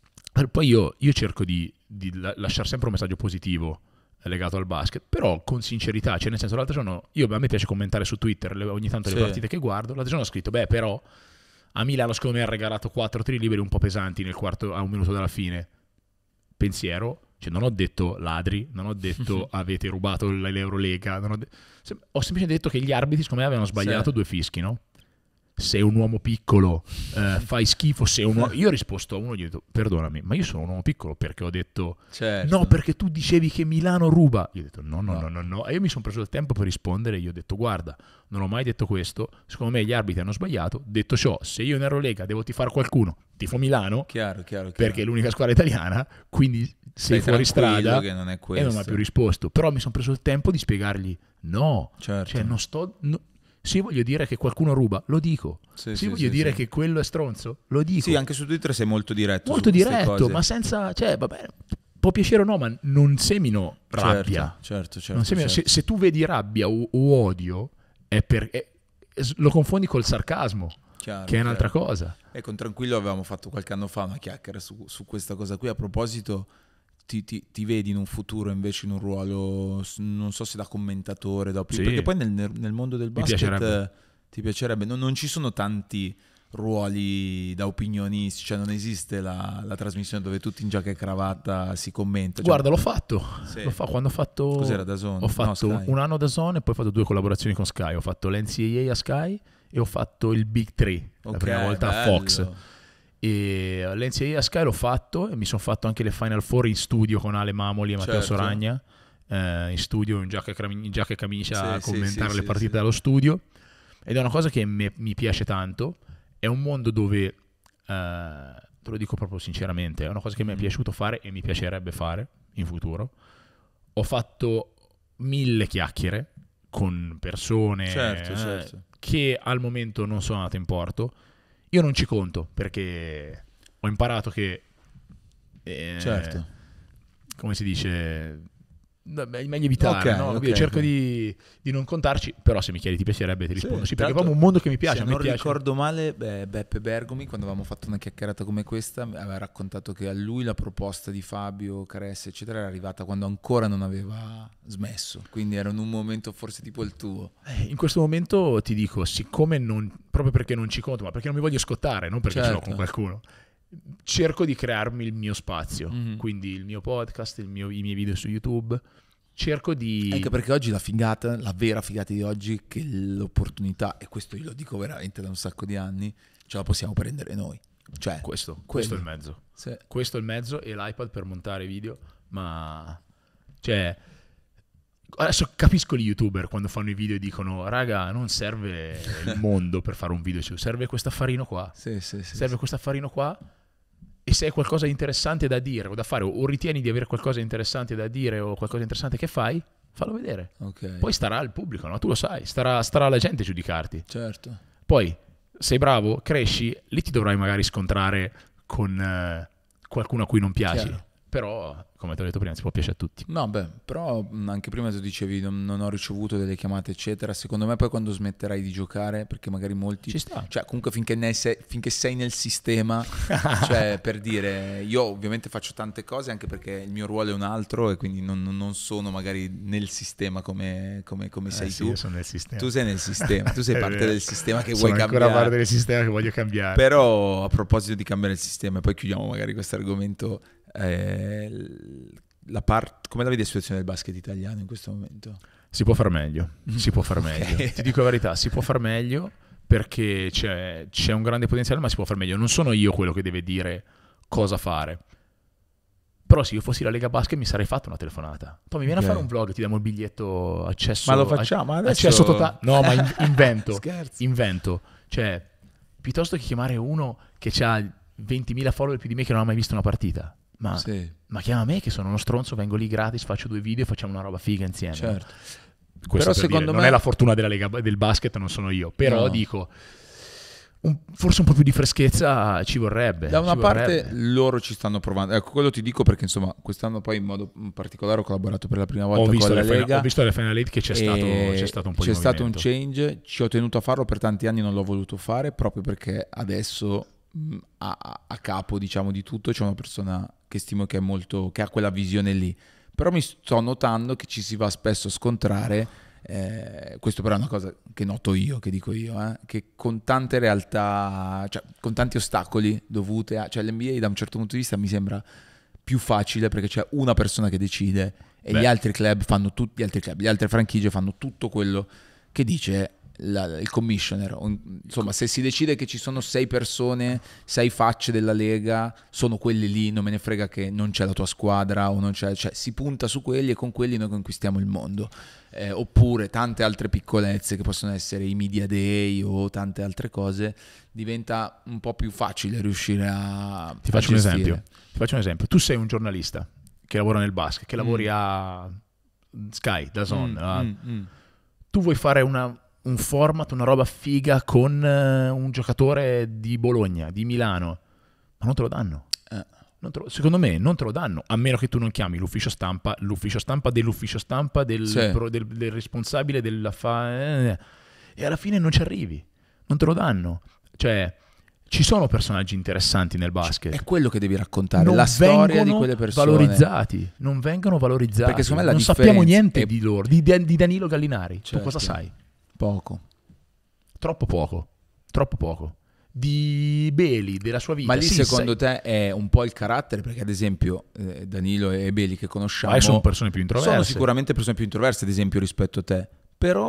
poi io, io cerco di, di lasciare sempre un messaggio positivo legato al basket, però con sincerità, cioè nel senso l'altro giorno, io a me piace commentare su Twitter le, ogni tanto sì. le partite che guardo, l'altro giorno ho scritto, beh però a Milano secondo me ha regalato quattro tiri liberi un po' pesanti nel quarto, a un minuto dalla fine, pensiero, cioè non ho detto ladri, non ho detto avete rubato l'Eurolega, non ho, de- ho semplicemente detto che gli arbitri secondo me avevano sbagliato sì. due fischi, no? Sei un uomo piccolo, eh, fai schifo, sei un uomo... Io ho risposto a uno, gli ho detto, perdonami, ma io sono un uomo piccolo perché ho detto, certo. no, perché tu dicevi che Milano ruba. Io ho detto, no, no, no, no, no. no. E io mi sono preso il tempo per rispondere e gli ho detto, guarda, non ho mai detto questo, secondo me gli arbitri hanno sbagliato, detto ciò, se io in Eurolega devo tifare qualcuno, tifo Milano, chiaro, chiaro, chiaro. perché è l'unica squadra italiana, quindi sei, sei fuori strada che non è e non mi ha più risposto. Però mi sono preso il tempo di spiegargli, no, certo. cioè non sto... No, se voglio dire che qualcuno ruba, lo dico. Sì, se sì, voglio sì, dire sì. che quello è stronzo, lo dico. Sì, anche su Twitter sei molto diretto. Molto diretto, ma senza... Cioè, vabbè, può piacere o no, ma non semino rabbia. Certo, certo, certo, non semino, certo. Se, se tu vedi rabbia o, o odio, è per, è, lo confondi col sarcasmo, chiaro, che è un'altra chiaro. cosa. E con Tranquillo avevamo fatto qualche anno fa una chiacchiera su, su questa cosa qui. A proposito... Ti, ti, ti vedi in un futuro invece in un ruolo, non so se da commentatore, da opinione, sì. perché poi nel, nel mondo del basket piacerebbe. ti piacerebbe, non, non ci sono tanti ruoli da opinionisti, cioè non esiste la, la trasmissione dove tutti in giacca e cravatta si commenta. Cioè, guarda, l'ho fatto, sì. l'ho fatto quando ho fatto... Cos'era, DAZN? Ho fatto no, un anno DAZN e poi ho fatto due collaborazioni con Sky, ho fatto l'N C A A a Sky e ho fatto il Big Three, okay, la prima volta bello. a Fox. E l'N C A A a Sky l'ho fatto e mi sono fatto anche le Final Four in studio con Ale Mamoli e Matteo certo. Soragna eh, in studio in giacca, in giacca e camicia sì, a commentare sì, le sì, partite sì. dallo studio, ed è una cosa che mi, mi piace tanto. È un mondo dove, eh, te lo dico proprio sinceramente, è una cosa che mm. mi è piaciuto fare e mi piacerebbe fare in futuro. Ho fatto mille chiacchiere con persone certo, eh, certo. che al momento non sono andate in porto. Io non ci conto perché ho imparato che eh, certo. come si dice, è meglio evitare, okay, no? okay, cerco okay. Di, di non contarci, però se mi chiedi ti piacerebbe ti rispondo sì, sì perché è proprio un mondo che mi piace. Se a me non piace. ricordo male, beh, Beppe Bergomi, quando avevamo fatto una chiacchierata come questa, aveva raccontato che a lui la proposta di Fabio Caressa eccetera era arrivata quando ancora non aveva smesso, quindi era in un momento forse tipo il tuo. In questo momento ti dico, siccome non, proprio perché non ci conto, ma perché non mi voglio scottare, non perché certo. ce l'ho con qualcuno, cerco di crearmi il mio spazio, mm-hmm. quindi il mio podcast, il mio, i miei video su YouTube. Cerco di... Anche perché oggi la figata, la vera figata di oggi, che l'opportunità, e questo io lo dico veramente da un sacco di anni, ce la possiamo prendere noi. Cioè, questo, questo è il mezzo. Sì. Questo è il mezzo e l'iPad per montare video, ma... Cioè... Adesso capisco gli YouTuber quando fanno i video e dicono raga, non serve il mondo per fare un video, serve questo affarino qua. Sì, sì, sì, serve sì. questo affarino qua. E se hai qualcosa di interessante da dire o da fare, o ritieni di avere qualcosa di interessante da dire o qualcosa di interessante che fai, fallo vedere. Okay. Poi starà al pubblico, no? Tu lo sai, starà, starà alla gente a giudicarti. Certo. Poi, sei bravo, cresci, lì ti dovrai magari scontrare con eh, qualcuno a cui non piaci. Chiaro. Però, come ti ho detto prima, si può piacere a tutti. No, beh, però anche prima tu dicevi non, non ho ricevuto delle chiamate eccetera. Secondo me poi quando smetterai di giocare, perché magari molti... Ci sta. Cioè comunque finché, ne sei, finché sei nel sistema, cioè per dire, io ovviamente faccio tante cose anche perché il mio ruolo è un altro e quindi non, non sono magari nel sistema come, come, come sei eh sì, tu. Io sono nel sistema. Tu sei nel sistema, tu sei parte del sistema che sono vuoi cambiare. Sono ancora parte del sistema che voglio cambiare. Però a proposito di cambiare il sistema, e poi chiudiamo magari questo argomento... Eh, la part, come la vedi la situazione del basket italiano in questo momento? Si può far meglio, si può far Okay. meglio. Ti dico la verità, si può far meglio perché c'è, c'è un grande potenziale, ma si può far meglio. Non sono io quello che deve dire cosa fare. Però se io fossi la Lega Basket mi sarei fatto una telefonata. Poi mi viene okay. a fare un vlog, ti diamo il biglietto accesso. Ma lo facciamo adesso? Accesso totale. No, ma in, invento. Scherzo. Invento. Cioè, piuttosto che chiamare uno che ha ventimila follower più di me che non ha mai visto una partita. Ma, sì. ma chiama me che sono uno stronzo, vengo lì gratis, faccio due video e facciamo una roba figa insieme. Certo. Questo però secondo dire, me non è la fortuna della Lega del basket, non sono io. Però no. dico, un, forse un po' più di freschezza ci vorrebbe. Da una ci parte vorrebbe. loro ci stanno provando. Ecco, quello ti dico perché insomma quest'anno poi in modo particolare ho collaborato per la prima volta ho visto con la Lega. Final, ho visto le Final Eight che c'è stato, c'è stato un po' c'è di stato un movimento. change. Ci ho tenuto a farlo per tanti anni, non l'ho voluto fare proprio perché adesso A, a capo diciamo di tutto c'è una persona che stimo che è molto che ha quella visione lì, però mi sto notando che ci si va spesso a scontrare eh, questo però è una cosa che noto io, che dico io eh, che con tante realtà, cioè con tanti ostacoli dovuti a, cioè l'N B A da un certo punto di vista mi sembra più facile perché c'è una persona che decide e Beh. gli altri club fanno tutti gli altri club, le altre franchigie fanno tutto quello che dice La, il commissioner. Insomma, se si decide che ci sono sei persone, sei facce della Lega, sono quelli lì, non me ne frega che non c'è la tua squadra o non c'è, cioè si punta su quelli e con quelli noi conquistiamo il mondo. Eh, oppure tante altre piccolezze che possono essere i media day o tante altre cose, diventa un po' più facile riuscire a ti faccio a un gestire. esempio ti faccio un esempio tu sei un giornalista che lavora nel basket, che lavori mm. a Sky, DAZN mm, a... mm, mm. tu vuoi fare una un format, una roba figa con uh, un giocatore di Bologna, di Milano, ma non te lo danno. Eh. Non te lo, secondo me non te lo danno, a meno che tu non chiami l'ufficio stampa, l'ufficio stampa dell'ufficio stampa del, sì. pro, del, del responsabile della fa... Eh, e alla fine non ci arrivi, non te lo danno. Cioè, ci sono personaggi interessanti nel basket. È quello che devi raccontare, non la storia di quelle persone. Valorizzati, non vengono valorizzati. Perché secondo me la non differenza sappiamo niente è... di loro, di, di Danilo Gallinari. Certo. Tu cosa sai? Poco. Troppo poco, troppo poco. Di Beli, della sua vita. Ma lì sì, secondo sai... te è un po' il carattere? Perché ad esempio eh, Danilo e Beli che conosciamo ah, sono persone più introverse. Sono sicuramente persone più introverse ad esempio rispetto a te. Però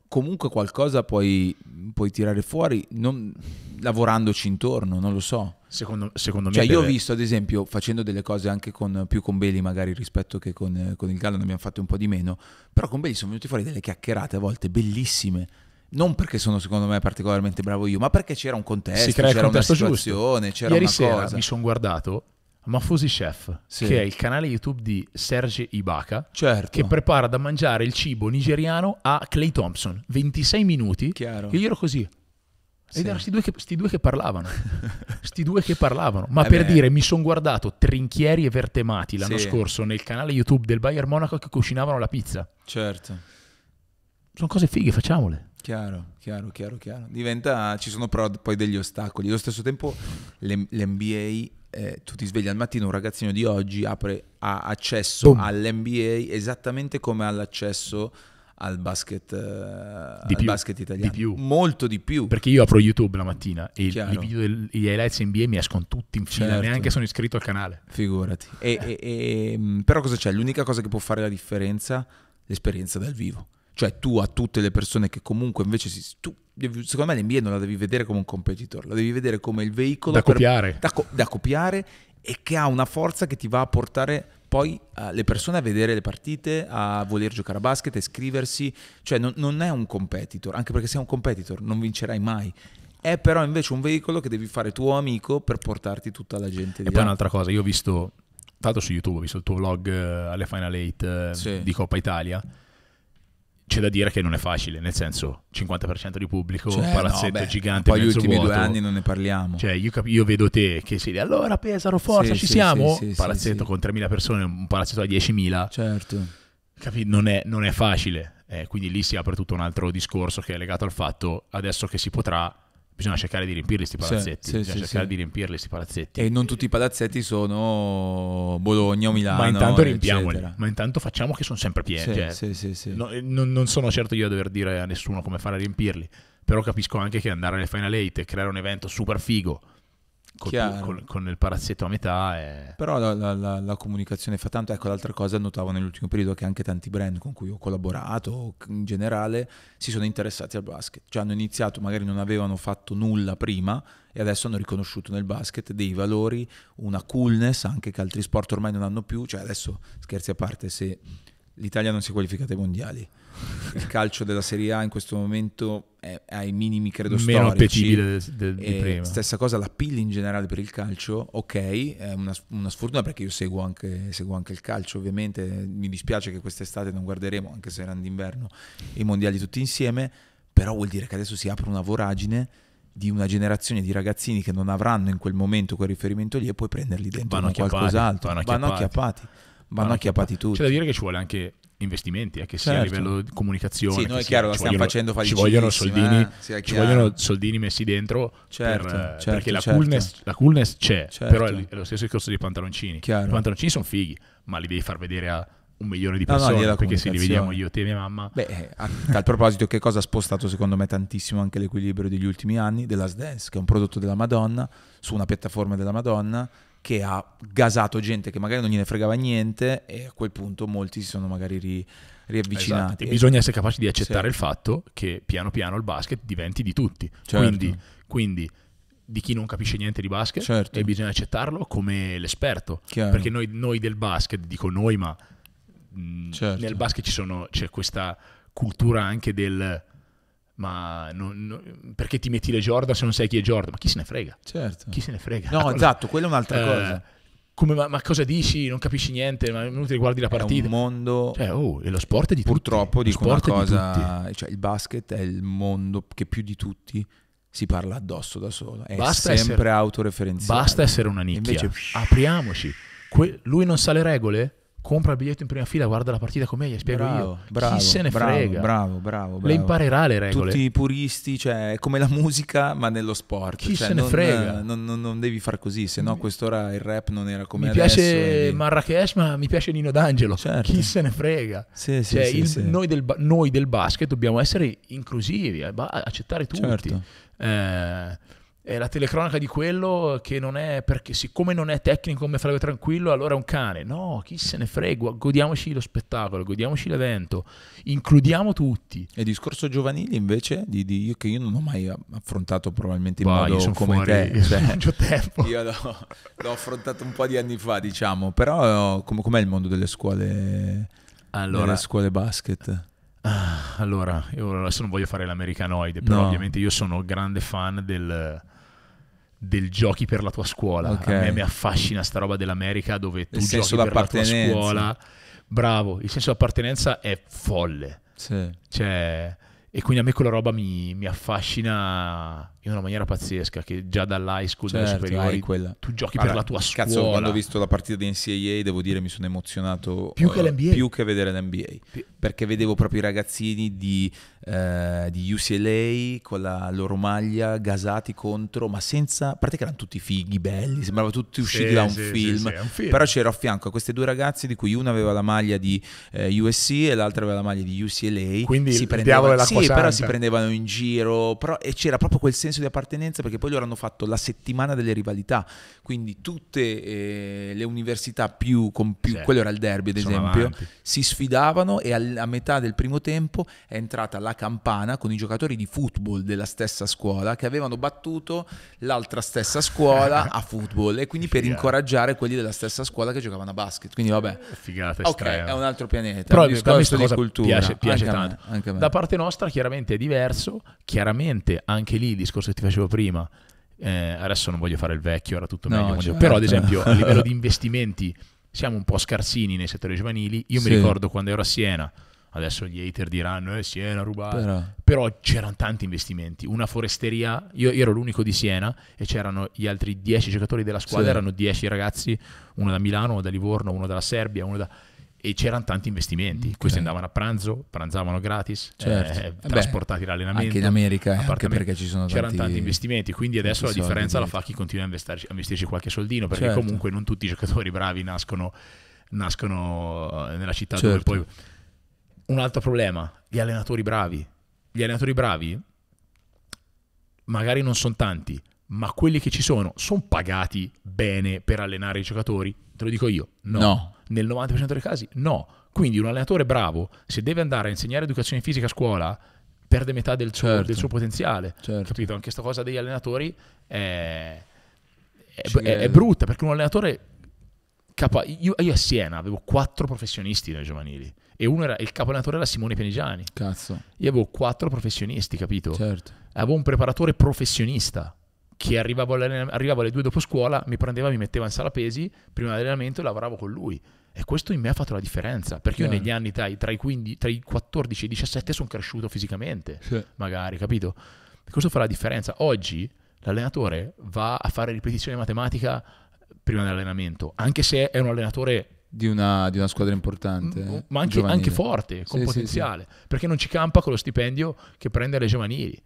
comunque qualcosa puoi, puoi tirare fuori non, lavorandoci intorno, non lo so. Secondo, secondo me cioè io ho deve... visto ad esempio facendo delle cose anche con, più con Beli magari rispetto che con, con il Gallo, ne abbiamo fatte un po' di meno, però con Beli sono venuti fuori delle chiacchierate a volte bellissime, non perché sono secondo me particolarmente bravo io, ma perché c'era un contesto, si crea il c'era contesto una situazione, giusto. c'era Ieri una sera cosa. mi sono guardato Mafusi Chef, Sì. che è il canale YouTube di Serge Ibaka, Certo. che prepara da mangiare il cibo nigeriano a Clay Thompson, ventisei minuti. Chiaro. E io ero così. Sì. Ed erano sti due, che, sti due che parlavano, sti due che parlavano. Ma Eh per beh. dire, mi sono guardato Trinchieri e Vertemati l'anno Sì. scorso nel canale YouTube del Bayern Monaco che cucinavano la pizza. Certo. Sono cose fighe, facciamole. Chiaro, chiaro, chiaro, chiaro. Diventa, ci sono però poi degli ostacoli. Allo stesso tempo l'N- l'N B A, eh, tu ti svegli al mattino, un ragazzino di oggi apre, ha accesso Boom. all'N B A esattamente come ha l'accesso al basket, eh, Di al più, basket italiano. di più. Molto di più. Perché io apro YouTube la mattina e Chiaro. i video degli highlights N B A mi escono tutti in fila, Certo. neanche sono iscritto al canale. Figurati. E, e- e- mh, però cosa c'è? L'unica cosa che può fare la differenza? L'esperienza dal vivo. Cioè tu a tutte le persone che comunque invece si, tu, devi- secondo me l'N B A non la devi vedere come un competitor, la devi vedere come il veicolo Da per- copiare. da, co- da copiare, e che ha una forza che ti va a portare poi eh, le persone a vedere le partite, a voler giocare a basket, a iscriversi. Cioè non, non è un competitor, anche perché sei un competitor non vincerai mai. È però invece un veicolo che devi fare tuo amico per portarti tutta la gente di E poi là. un'altra cosa, io ho visto, tanto su YouTube, ho visto il tuo vlog eh, alle Final Eight eh, Sì. di Coppa Italia. C'è da dire che non è facile, nel senso cinquanta per cento di pubblico, Cioè, palazzetto no, beh, gigante, poi gli mezzo ultimi vuoto. due anni non ne parliamo. Cioè io, cap- io vedo te che sei lì, allora Pesaro, forza, Sì, ci sì, siamo? sì, sì, palazzetto sì, sì. con tremila persone, un palazzetto da diecimila. Certo. Capi? Non è, non è facile, eh, quindi lì si apre tutto un altro discorso che è legato al fatto adesso che si potrà, bisogna cercare di riempirli sti Sì, palazzetti, sì, bisogna sì, cercare sì. di riempirli sti palazzetti. E non tutti i palazzetti sono Bologna o Milano. ma intanto riempiamoli, eccetera. ma intanto facciamo che sono sempre pieni. Sì, cioè, sì, sì, sì. no- non, non sono certo io a dover dire a nessuno come fare a riempirli, però capisco anche che andare alle Final Eight e creare un evento super figo col- Chiaro. col- con il palazzetto a metà è... Però la, la- la- la comunicazione fa tanto. Ecco, l'altra cosa notavo nell'ultimo periodo che anche tanti brand con cui ho collaborato in generale si sono interessati al basket. Cioè hanno iniziato, magari non avevano fatto nulla prima e adesso hanno riconosciuto nel basket dei valori, una coolness anche che altri sport ormai non hanno più. Cioè adesso, scherzi a parte, se l'Italia non si è qualificata ai mondiali, il calcio della Serie A in questo momento è ai minimi credo meno storici. appetibile del- del- di E prima. stessa cosa, la pill in generale per il calcio, ok, è una, una sfortuna perché io seguo anche, seguo anche il calcio ovviamente, mi dispiace che quest'estate non guarderemo, anche se erano d'inverno, i mondiali tutti insieme, però vuol dire che adesso si apre una voragine di una generazione di ragazzini che non avranno in quel momento quel riferimento lì e puoi prenderli dentro Vanno con acchiappati, qualcos'altro, vanno vanno acchiappati. acchiappati, vanno acchiappati tutti. C'è da dire che ci vuole anche investimenti, eh, che sia a Certo. livello di comunicazione. Sì, che noi è sia- chiaro, la ci stiamo vogliono- facendo Ci vogliono facilissima, soldini, eh, sia ci chiaro. vogliono soldini messi dentro. Certo, per, eh, certo, perché la certo. coolness, la coolness c'è, Certo. però è è lo stesso discorso dei pantaloncini. Chiaro. I pantaloncini sono fighi, ma li devi far vedere a un milione di No, no, persone, lì è la perché se li comunicazione. vediamo io, te e mia mamma... Beh, eh, a tal proposito, che cosa ha spostato secondo me tantissimo anche l'equilibrio degli ultimi anni? The Last Dance, che è un prodotto della Madonna, su una piattaforma della Madonna, che ha gasato gente che magari non gliene fregava niente e a quel punto molti si sono magari ri- riavvicinati. Esatto. E bisogna essere capaci di accettare Sì. il fatto che piano piano il basket diventi di tutti. Certo. Quindi, quindi di chi non capisce niente di basket, Certo. e bisogna accettarlo come l'esperto. Chiaro. Perché noi, noi del basket, dico noi, ma mh, Certo. nel basket ci sono, c'è questa cultura anche del... Ma non- non- perché ti metti le Jordan se non sai chi è Jordan? Ma chi se ne frega? Certo. Chi se ne frega? No, Ah, esatto, quella è un'altra eh, cosa. come, ma, ma cosa dici? Non capisci niente, ma è inutile guardi la È partita. un mondo... Cioè, oh, e lo sport è di Purtroppo tutti. dico Lo una sport è di tutti. cosa, cioè il basket è il mondo che più di tutti si parla addosso da solo, è Basta sempre essere- autoreferenziale. Basta essere una nicchia. Invece- Apriamoci. Que- lui non sa le regole? Compra il biglietto in prima fila, guarda la partita con me, gli spiego bravo, io. bravo, Chi se ne bravo, frega? Bravo, bravo, bravo. Le imparerà le regole. Tutti i puristi, cioè è come la musica ma nello sport. Chi Cioè, se ne non- frega? Non, non- non devi far così, se no quest'ora il rap non era come Mi adesso. piace e- Marrakesh, ma mi piace Nino D'Angelo. Certo. Chi se ne frega? Sì, sì, Cioè, sì, il- sì. Noi, del, ba- noi del basket dobbiamo essere inclusivi, eh, ba- accettare tutti. Certo. Eh, è la telecronaca di quello che non è, perché siccome non è tecnico come Flavio Tranquillo allora è un cane. No, chi se ne frega, godiamoci lo spettacolo, godiamoci l'evento, includiamo tutti. E discorso giovanili invece, di, di, io, che io non ho mai affrontato probabilmente in bah, modo io come fuori, te, cioè, non c'ho tempo. Io l'ho, l'ho affrontato un po' di anni fa, diciamo, però com- com'è il mondo delle scuole, Allora, delle scuole basket? Ah, allora, io adesso non voglio fare l'americanoide, però No. ovviamente io sono grande fan del, del giochi per la tua scuola. Okay. A me mi affascina sta roba dell'America dove tu Il giochi senso per la tua d'appartenenza. scuola. Bravo, il senso di appartenenza è folle. Sì. Cioè, e quindi a me quella roba mi, mi affascina in una maniera pazzesca, che già dall'high school, dalle Certo, superiori, hai quella. tu giochi Allora, per la tua scuola. Cazzo, quando ho visto la partita di N C A A, devo dire, mi sono emozionato Più che eh, l'N B A. più che vedere l'N B A, Pi- perché vedevo proprio i ragazzini di, eh, di U C L A con la loro maglia gasati contro, ma senza, a parte che erano tutti fighi, belli, sembrava tutti usciti Sì, da un, sì, sì, film. sì, è un film. Però c'ero a fianco a questi due ragazzi di cui uno aveva la maglia di eh, U S C e l'altro aveva la maglia di U C L A. Quindi si il prendevano, diavolo è sì, l'acqua però santa. si prendevano in giro, però, e c'era proprio quel senso di appartenenza, perché poi loro hanno fatto la settimana delle rivalità, quindi tutte eh, le università più, con più Sì. quello era il derby ad Sono esempio, avanti. si sfidavano, e al- a metà del primo tempo è entrata la campana con i giocatori di football della stessa scuola che avevano battuto l'altra stessa scuola a football, e quindi per Figata. incoraggiare quelli della stessa scuola che giocavano a basket, quindi vabbè, Figata ok, estrema. è un altro pianeta, Però è a un me discorso questa di cosa cultura, piace, piace anche a me, tanto. anche a me. Da parte nostra chiaramente è diverso, chiaramente anche lì il discorso che ti facevo prima, eh, adesso non voglio fare il vecchio, era tutto No, meglio, voglio- certo. però ad esempio a livello di investimenti siamo un po' scarsini nei settori giovanili. Io Sì. mi ricordo quando ero a Siena, adesso gli hater diranno eh Siena rubato, Però- però c'erano tanti investimenti, una foresteria, io, io ero l'unico di Siena e c'erano gli altri dieci giocatori della squadra, Sì. erano dieci ragazzi, uno da Milano, uno da Livorno, uno dalla Serbia, uno da... e c'erano tanti investimenti. Ok. Questi andavano a pranzo, pranzavano gratis, Certo. eh, Eh beh, trasportati l'allenamento. anche in America, anche appartamenti. perché ci sono c'erano tanti, tanti investimenti, quindi adesso la tanti soldi differenza la dietro. fa chi continua a investirci, a investirci qualche soldino, perché Certo. comunque non tutti i giocatori bravi nascono, nascono nella città Certo. dove poi... Un altro problema, gli allenatori bravi. Gli allenatori bravi magari non sono tanti, ma quelli che ci sono sono pagati bene per allenare i giocatori? Te lo dico io, no. No. Nel novanta per cento dei casi no. Quindi un allenatore bravo, se deve andare a insegnare educazione fisica a scuola, perde metà del suo, Certo. del suo potenziale. Certo. Capito? Anche questa cosa degli allenatori è, è, Ci è- credo. è brutta, perché un allenatore capa- io, io a Siena avevo quattro professionisti nei giovanili e uno era il capo allenatore era Simone Penigiani. Cazzo, Io avevo quattro professionisti, capito? certo. Avevo un preparatore professionista che arrivavo, all'allen- arrivavo alle due dopo scuola, mi prendeva, mi metteva in sala pesi prima dell'allenamento e lavoravo con lui. E questo in me ha fatto la differenza, perché io Chiaro. negli anni dai, tra, i quindici, tra i quattordici e i diciassette sono cresciuto fisicamente, Sì. magari, capito? E questo fa la differenza. Oggi l'allenatore va a fare ripetizione di matematica prima dell'allenamento, anche se è un allenatore Di una, di una squadra importante, m- eh, ma anche, giovanile. anche forte, con Sì, sì, potenziale, perché non ci campa con lo stipendio che prende alle giovanili.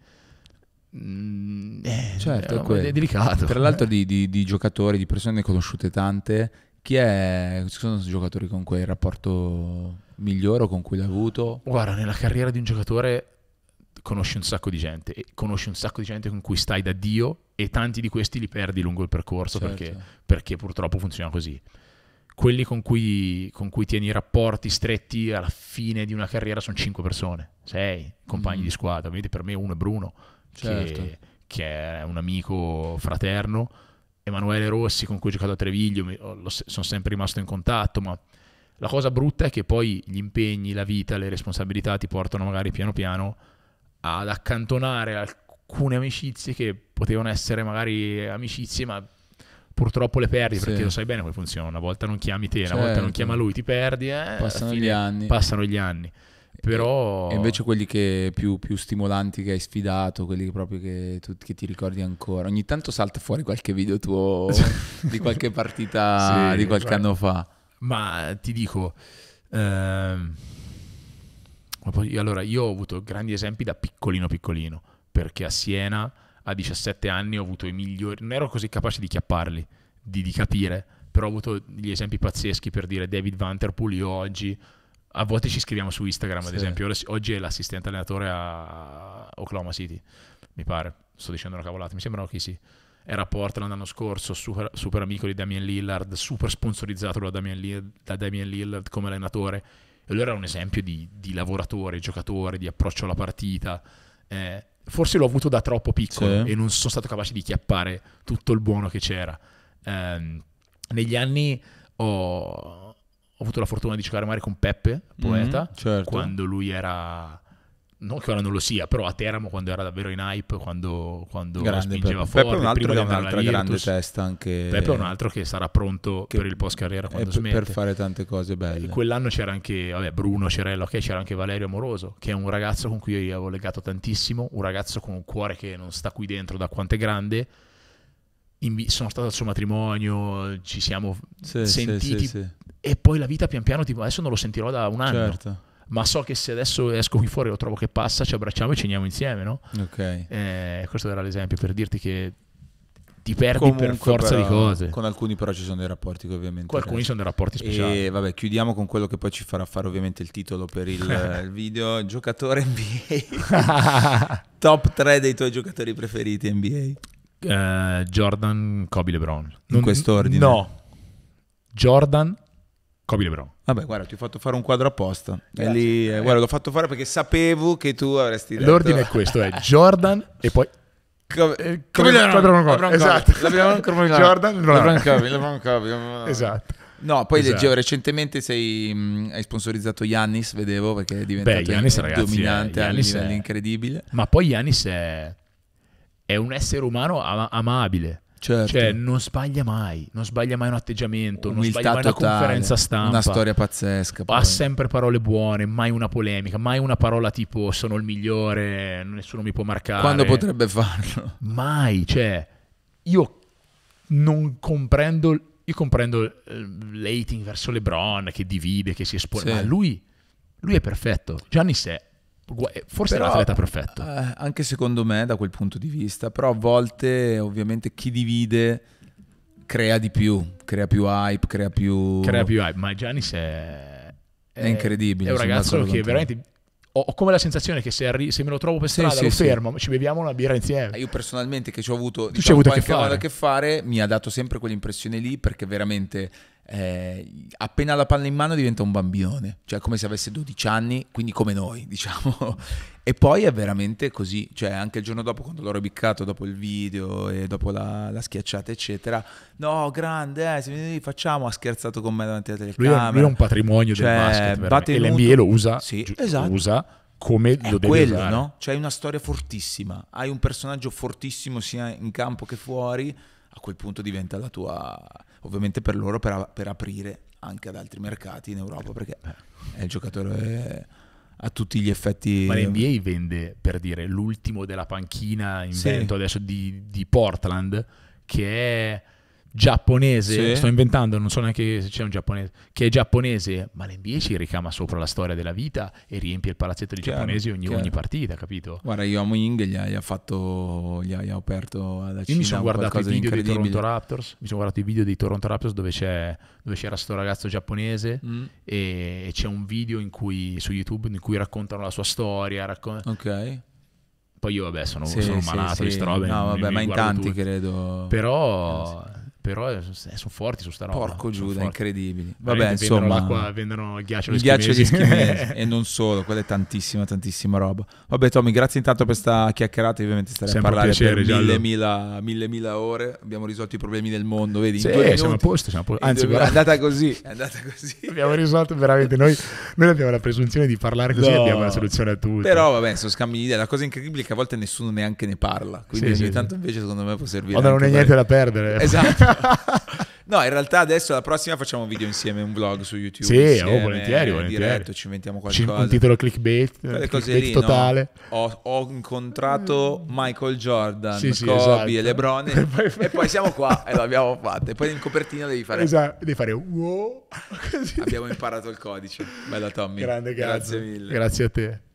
Mm, eh, Certo, è, è quello. è delicato. Tra l'altro di, di- di giocatori, di persone conosciute tante, chi è, ci sono giocatori con cui hai il rapporto migliore o con cui l'hai avuto? Guarda, nella carriera di un giocatore conosci un sacco di gente, e conosci un sacco di gente con cui stai da Dio e tanti di questi li perdi lungo il percorso Certo. perché, perché purtroppo funziona così. Quelli con cui, con cui tieni i rapporti stretti alla fine di una carriera sono cinque persone, sei compagni Mm. di squadra. Vedete, per me uno è Bruno, Certo. che, che è un amico fraterno, Emanuele Rossi con cui ho giocato a Treviglio, mi- lo- sono sempre rimasto in contatto, ma la cosa brutta è che poi gli impegni, la vita, le responsabilità ti portano magari piano piano ad accantonare alcune amicizie che potevano essere magari amicizie, ma purtroppo le perdi, Sì. perché lo sai bene come funziona. Una volta non chiami te, una Certo. volta non chiama lui, ti perdi, eh, alla Passano fine gli anni. passano gli anni. Però E invece quelli che più, più stimolanti che hai sfidato, quelli che proprio che, tu, che ti ricordi ancora. Ogni tanto salta fuori qualche video tuo di qualche partita Sì, di qualche guarda. anno fa. Ma ti dico, ehm, ma poi- allora io ho avuto grandi esempi da piccolino piccolino, perché a Siena a diciassette anni ho avuto i migliori, non ero così capace di chiapparli, di, di capire, però ho avuto degli esempi pazzeschi, per dire David Vanterpool. Io oggi, a volte ci scriviamo su Instagram ad Sì. esempio, ora- oggi è l'assistente allenatore a Oklahoma City, mi pare, sto dicendo una cavolata, mi sembra che sì. Era a Portland l'anno scorso, super, super amico di Damian Lillard, super sponsorizzato da Damian Lillard, da Damian Lillard come allenatore. E lui era un esempio di, di lavoratore, giocatore, di approccio alla partita. Eh, forse l'ho avuto da troppo piccolo, sì, e non sono stato capace di chiappare tutto il buono che c'era. Eh, negli anni ho, ho avuto la fortuna di giocare magari con Peppe, Poeta, mm, certo. quando lui era... non che ora non lo sia, però a Teramo quando era davvero in hype, quando, quando spingeva Peppe. forte, Peppe è un altro prima che di ha un'altra grande testa anche. Peppe è un altro che sarà pronto che per il post carriera quando per, smette. Per fare tante cose belle. Quell'anno c'era anche vabbè, Bruno Cerello, ok, c'era anche Valerio Amoroso, che è un ragazzo con cui io avevo legato tantissimo, un ragazzo con un cuore che non sta qui dentro da quanto è grande. Invi- sono stato al suo matrimonio, ci siamo sì, sentiti, sì, sì, sì. E poi la vita pian piano, tipo, adesso non lo sentirò da un anno. Certo. Ma so che se adesso esco qui fuori e lo trovo che passa, ci abbracciamo e ceniamo insieme, no? Ok. Eh, questo era l'esempio per dirti che ti perdi Comunque, per forza però, di cose. Con alcuni però ci sono dei rapporti che ovviamente... Con alcuni sono dei rapporti speciali. E vabbè, chiudiamo con quello che poi ci farà fare ovviamente il titolo per il, il video. Giocatore N B A. Top tre dei tuoi giocatori preferiti N B A. Uh, Jordan, Kobe, LeBron. In non, quest'ordine? No. Jordan, Kobe, LeBron. Vabbè, guarda, ti ho fatto fare un quadro apposta. E lì, eh, guarda, l'ho fatto fare perché sapevo che tu avresti detto... L'ordine è questo, è Jordan e poi... Come, come, come LeBron, LeBron, esatto. LeBron, Jordan, LeBron, Kobe, LeBron, Kobe. Esatto. No, poi esatto. leggevo recentemente sei, mh, hai sponsorizzato Giannis, vedevo, perché è diventato Beh, Giannis, ragazzi, dominante è, a Giannis livello è... incredibile. Ma poi Giannis è, è un essere umano am- amabile. Certo. Cioè non sbaglia mai, non sbaglia mai un atteggiamento, non Umiltà sbaglia mai una totale, conferenza stampa. Una storia pazzesca. Ha poi. sempre parole buone, mai una polemica, mai una parola tipo sono il migliore, nessuno mi può marcare. Quando potrebbe farlo? Mai, cioè io non comprendo, io comprendo l'hating verso LeBron che divide, che si espone, sì. Ma lui, lui è perfetto. Giannis è forse però, è l'atleta perfetto. Eh, anche secondo me da quel punto di vista, però a volte ovviamente chi divide crea di più, crea più hype, crea più... Crea più hype, ma Giannis è... È, è incredibile. È un ragazzo che veramente... Ho, ho come la sensazione che se, arri- se me lo trovo per strada, sì, lo sì, fermo, sì. Ci beviamo una birra insieme. Io personalmente che ci ho avuto, diciamo, avuto qualche a che modo a che fare, mi ha dato sempre quell'impressione lì, perché veramente... Eh, appena la palla in mano diventa un bambinone, cioè come se avesse dodici anni, quindi come noi, diciamo. E poi è veramente così, cioè anche il giorno dopo, quando l'ho rebiccato dopo il video e dopo la, la schiacciata eccetera, no grande, eh, se facciamo, ha scherzato con me davanti alla telecamera. Lui è, lui è un patrimonio, cioè, del basket e l'N B A lo usa, sì, gi- esatto. lo usa come è lo deve quello, usare, no? Cioè hai una storia fortissima, hai un personaggio fortissimo sia in campo che fuori, a quel punto diventa la tua... Ovviamente per loro, per, per aprire anche ad altri mercati in Europa, perché è il giocatore a tutti gli effetti. Ma l'N B A vende, per dire, l'ultimo della panchina invento, sì, adesso di, di Portland, che è giapponese, sì. Sto inventando, non so neanche se c'è un giapponese, che è giapponese, ma l'N B A ci ricama sopra la storia della vita e riempie il palazzetto di chiaro, giapponesi ogni, ogni partita, capito? Guarda, Yao Ming gli ha, gli ha fatto, gli ha, gli ha aperto alla Cina. Io mi sono guardato i video dei Toronto Raptors, mi sono guardato i video dei Toronto Raptors dove, c'è, dove c'era sto ragazzo giapponese mm. e, e c'è un video in cui, su YouTube in cui raccontano la sua storia, raccon- ok. Poi io vabbè sono, sì, sono sì, malato sì. di sta roba, no, vabbè, ma in tanti tutti. Credo. Però... Però eh, sono forti su sta roba. Porco Giuda, incredibili. Vabbè, Vabbè, insomma, vendono l'acqua, vendono il ghiaccio agli eschimesi e non solo, quella è tantissima, tantissima roba. Vabbè, Tommy, grazie intanto per questa chiacchierata. Ovviamente starei a parlare piacere, per mille mila, mille mila ore. Abbiamo risolto i problemi del mondo, vedi? Sì, in due siamo a posto, siamo a posto. Anzi, due, è andata così, è andata così. Abbiamo risolto veramente. Noi, noi abbiamo la presunzione di parlare così, no, abbiamo la soluzione a tutto. Però vabbè, sono scambi di idee. La cosa incredibile è che a volte nessuno neanche ne parla. Quindi sì, ogni sì, tanto sì. Invece secondo me può servire. O non è niente da perdere. Esatto. No, in realtà adesso la prossima facciamo un video insieme, un vlog su YouTube. Sì, insieme, oh, volentieri, volentieri. Diretto, ci inventiamo qualcosa. Un titolo clickbait, quelle clickbait cose lì, totale. No? Ho, ho incontrato Michael Jordan, sì, sì, Kobe esatto. e LeBron e, e poi siamo qua e l'abbiamo fatto. E poi in copertina devi fare... Esatto, devi fare wow. Abbiamo imparato il codice. Bella Tommy. Grande, grazie mille. Grazie a te.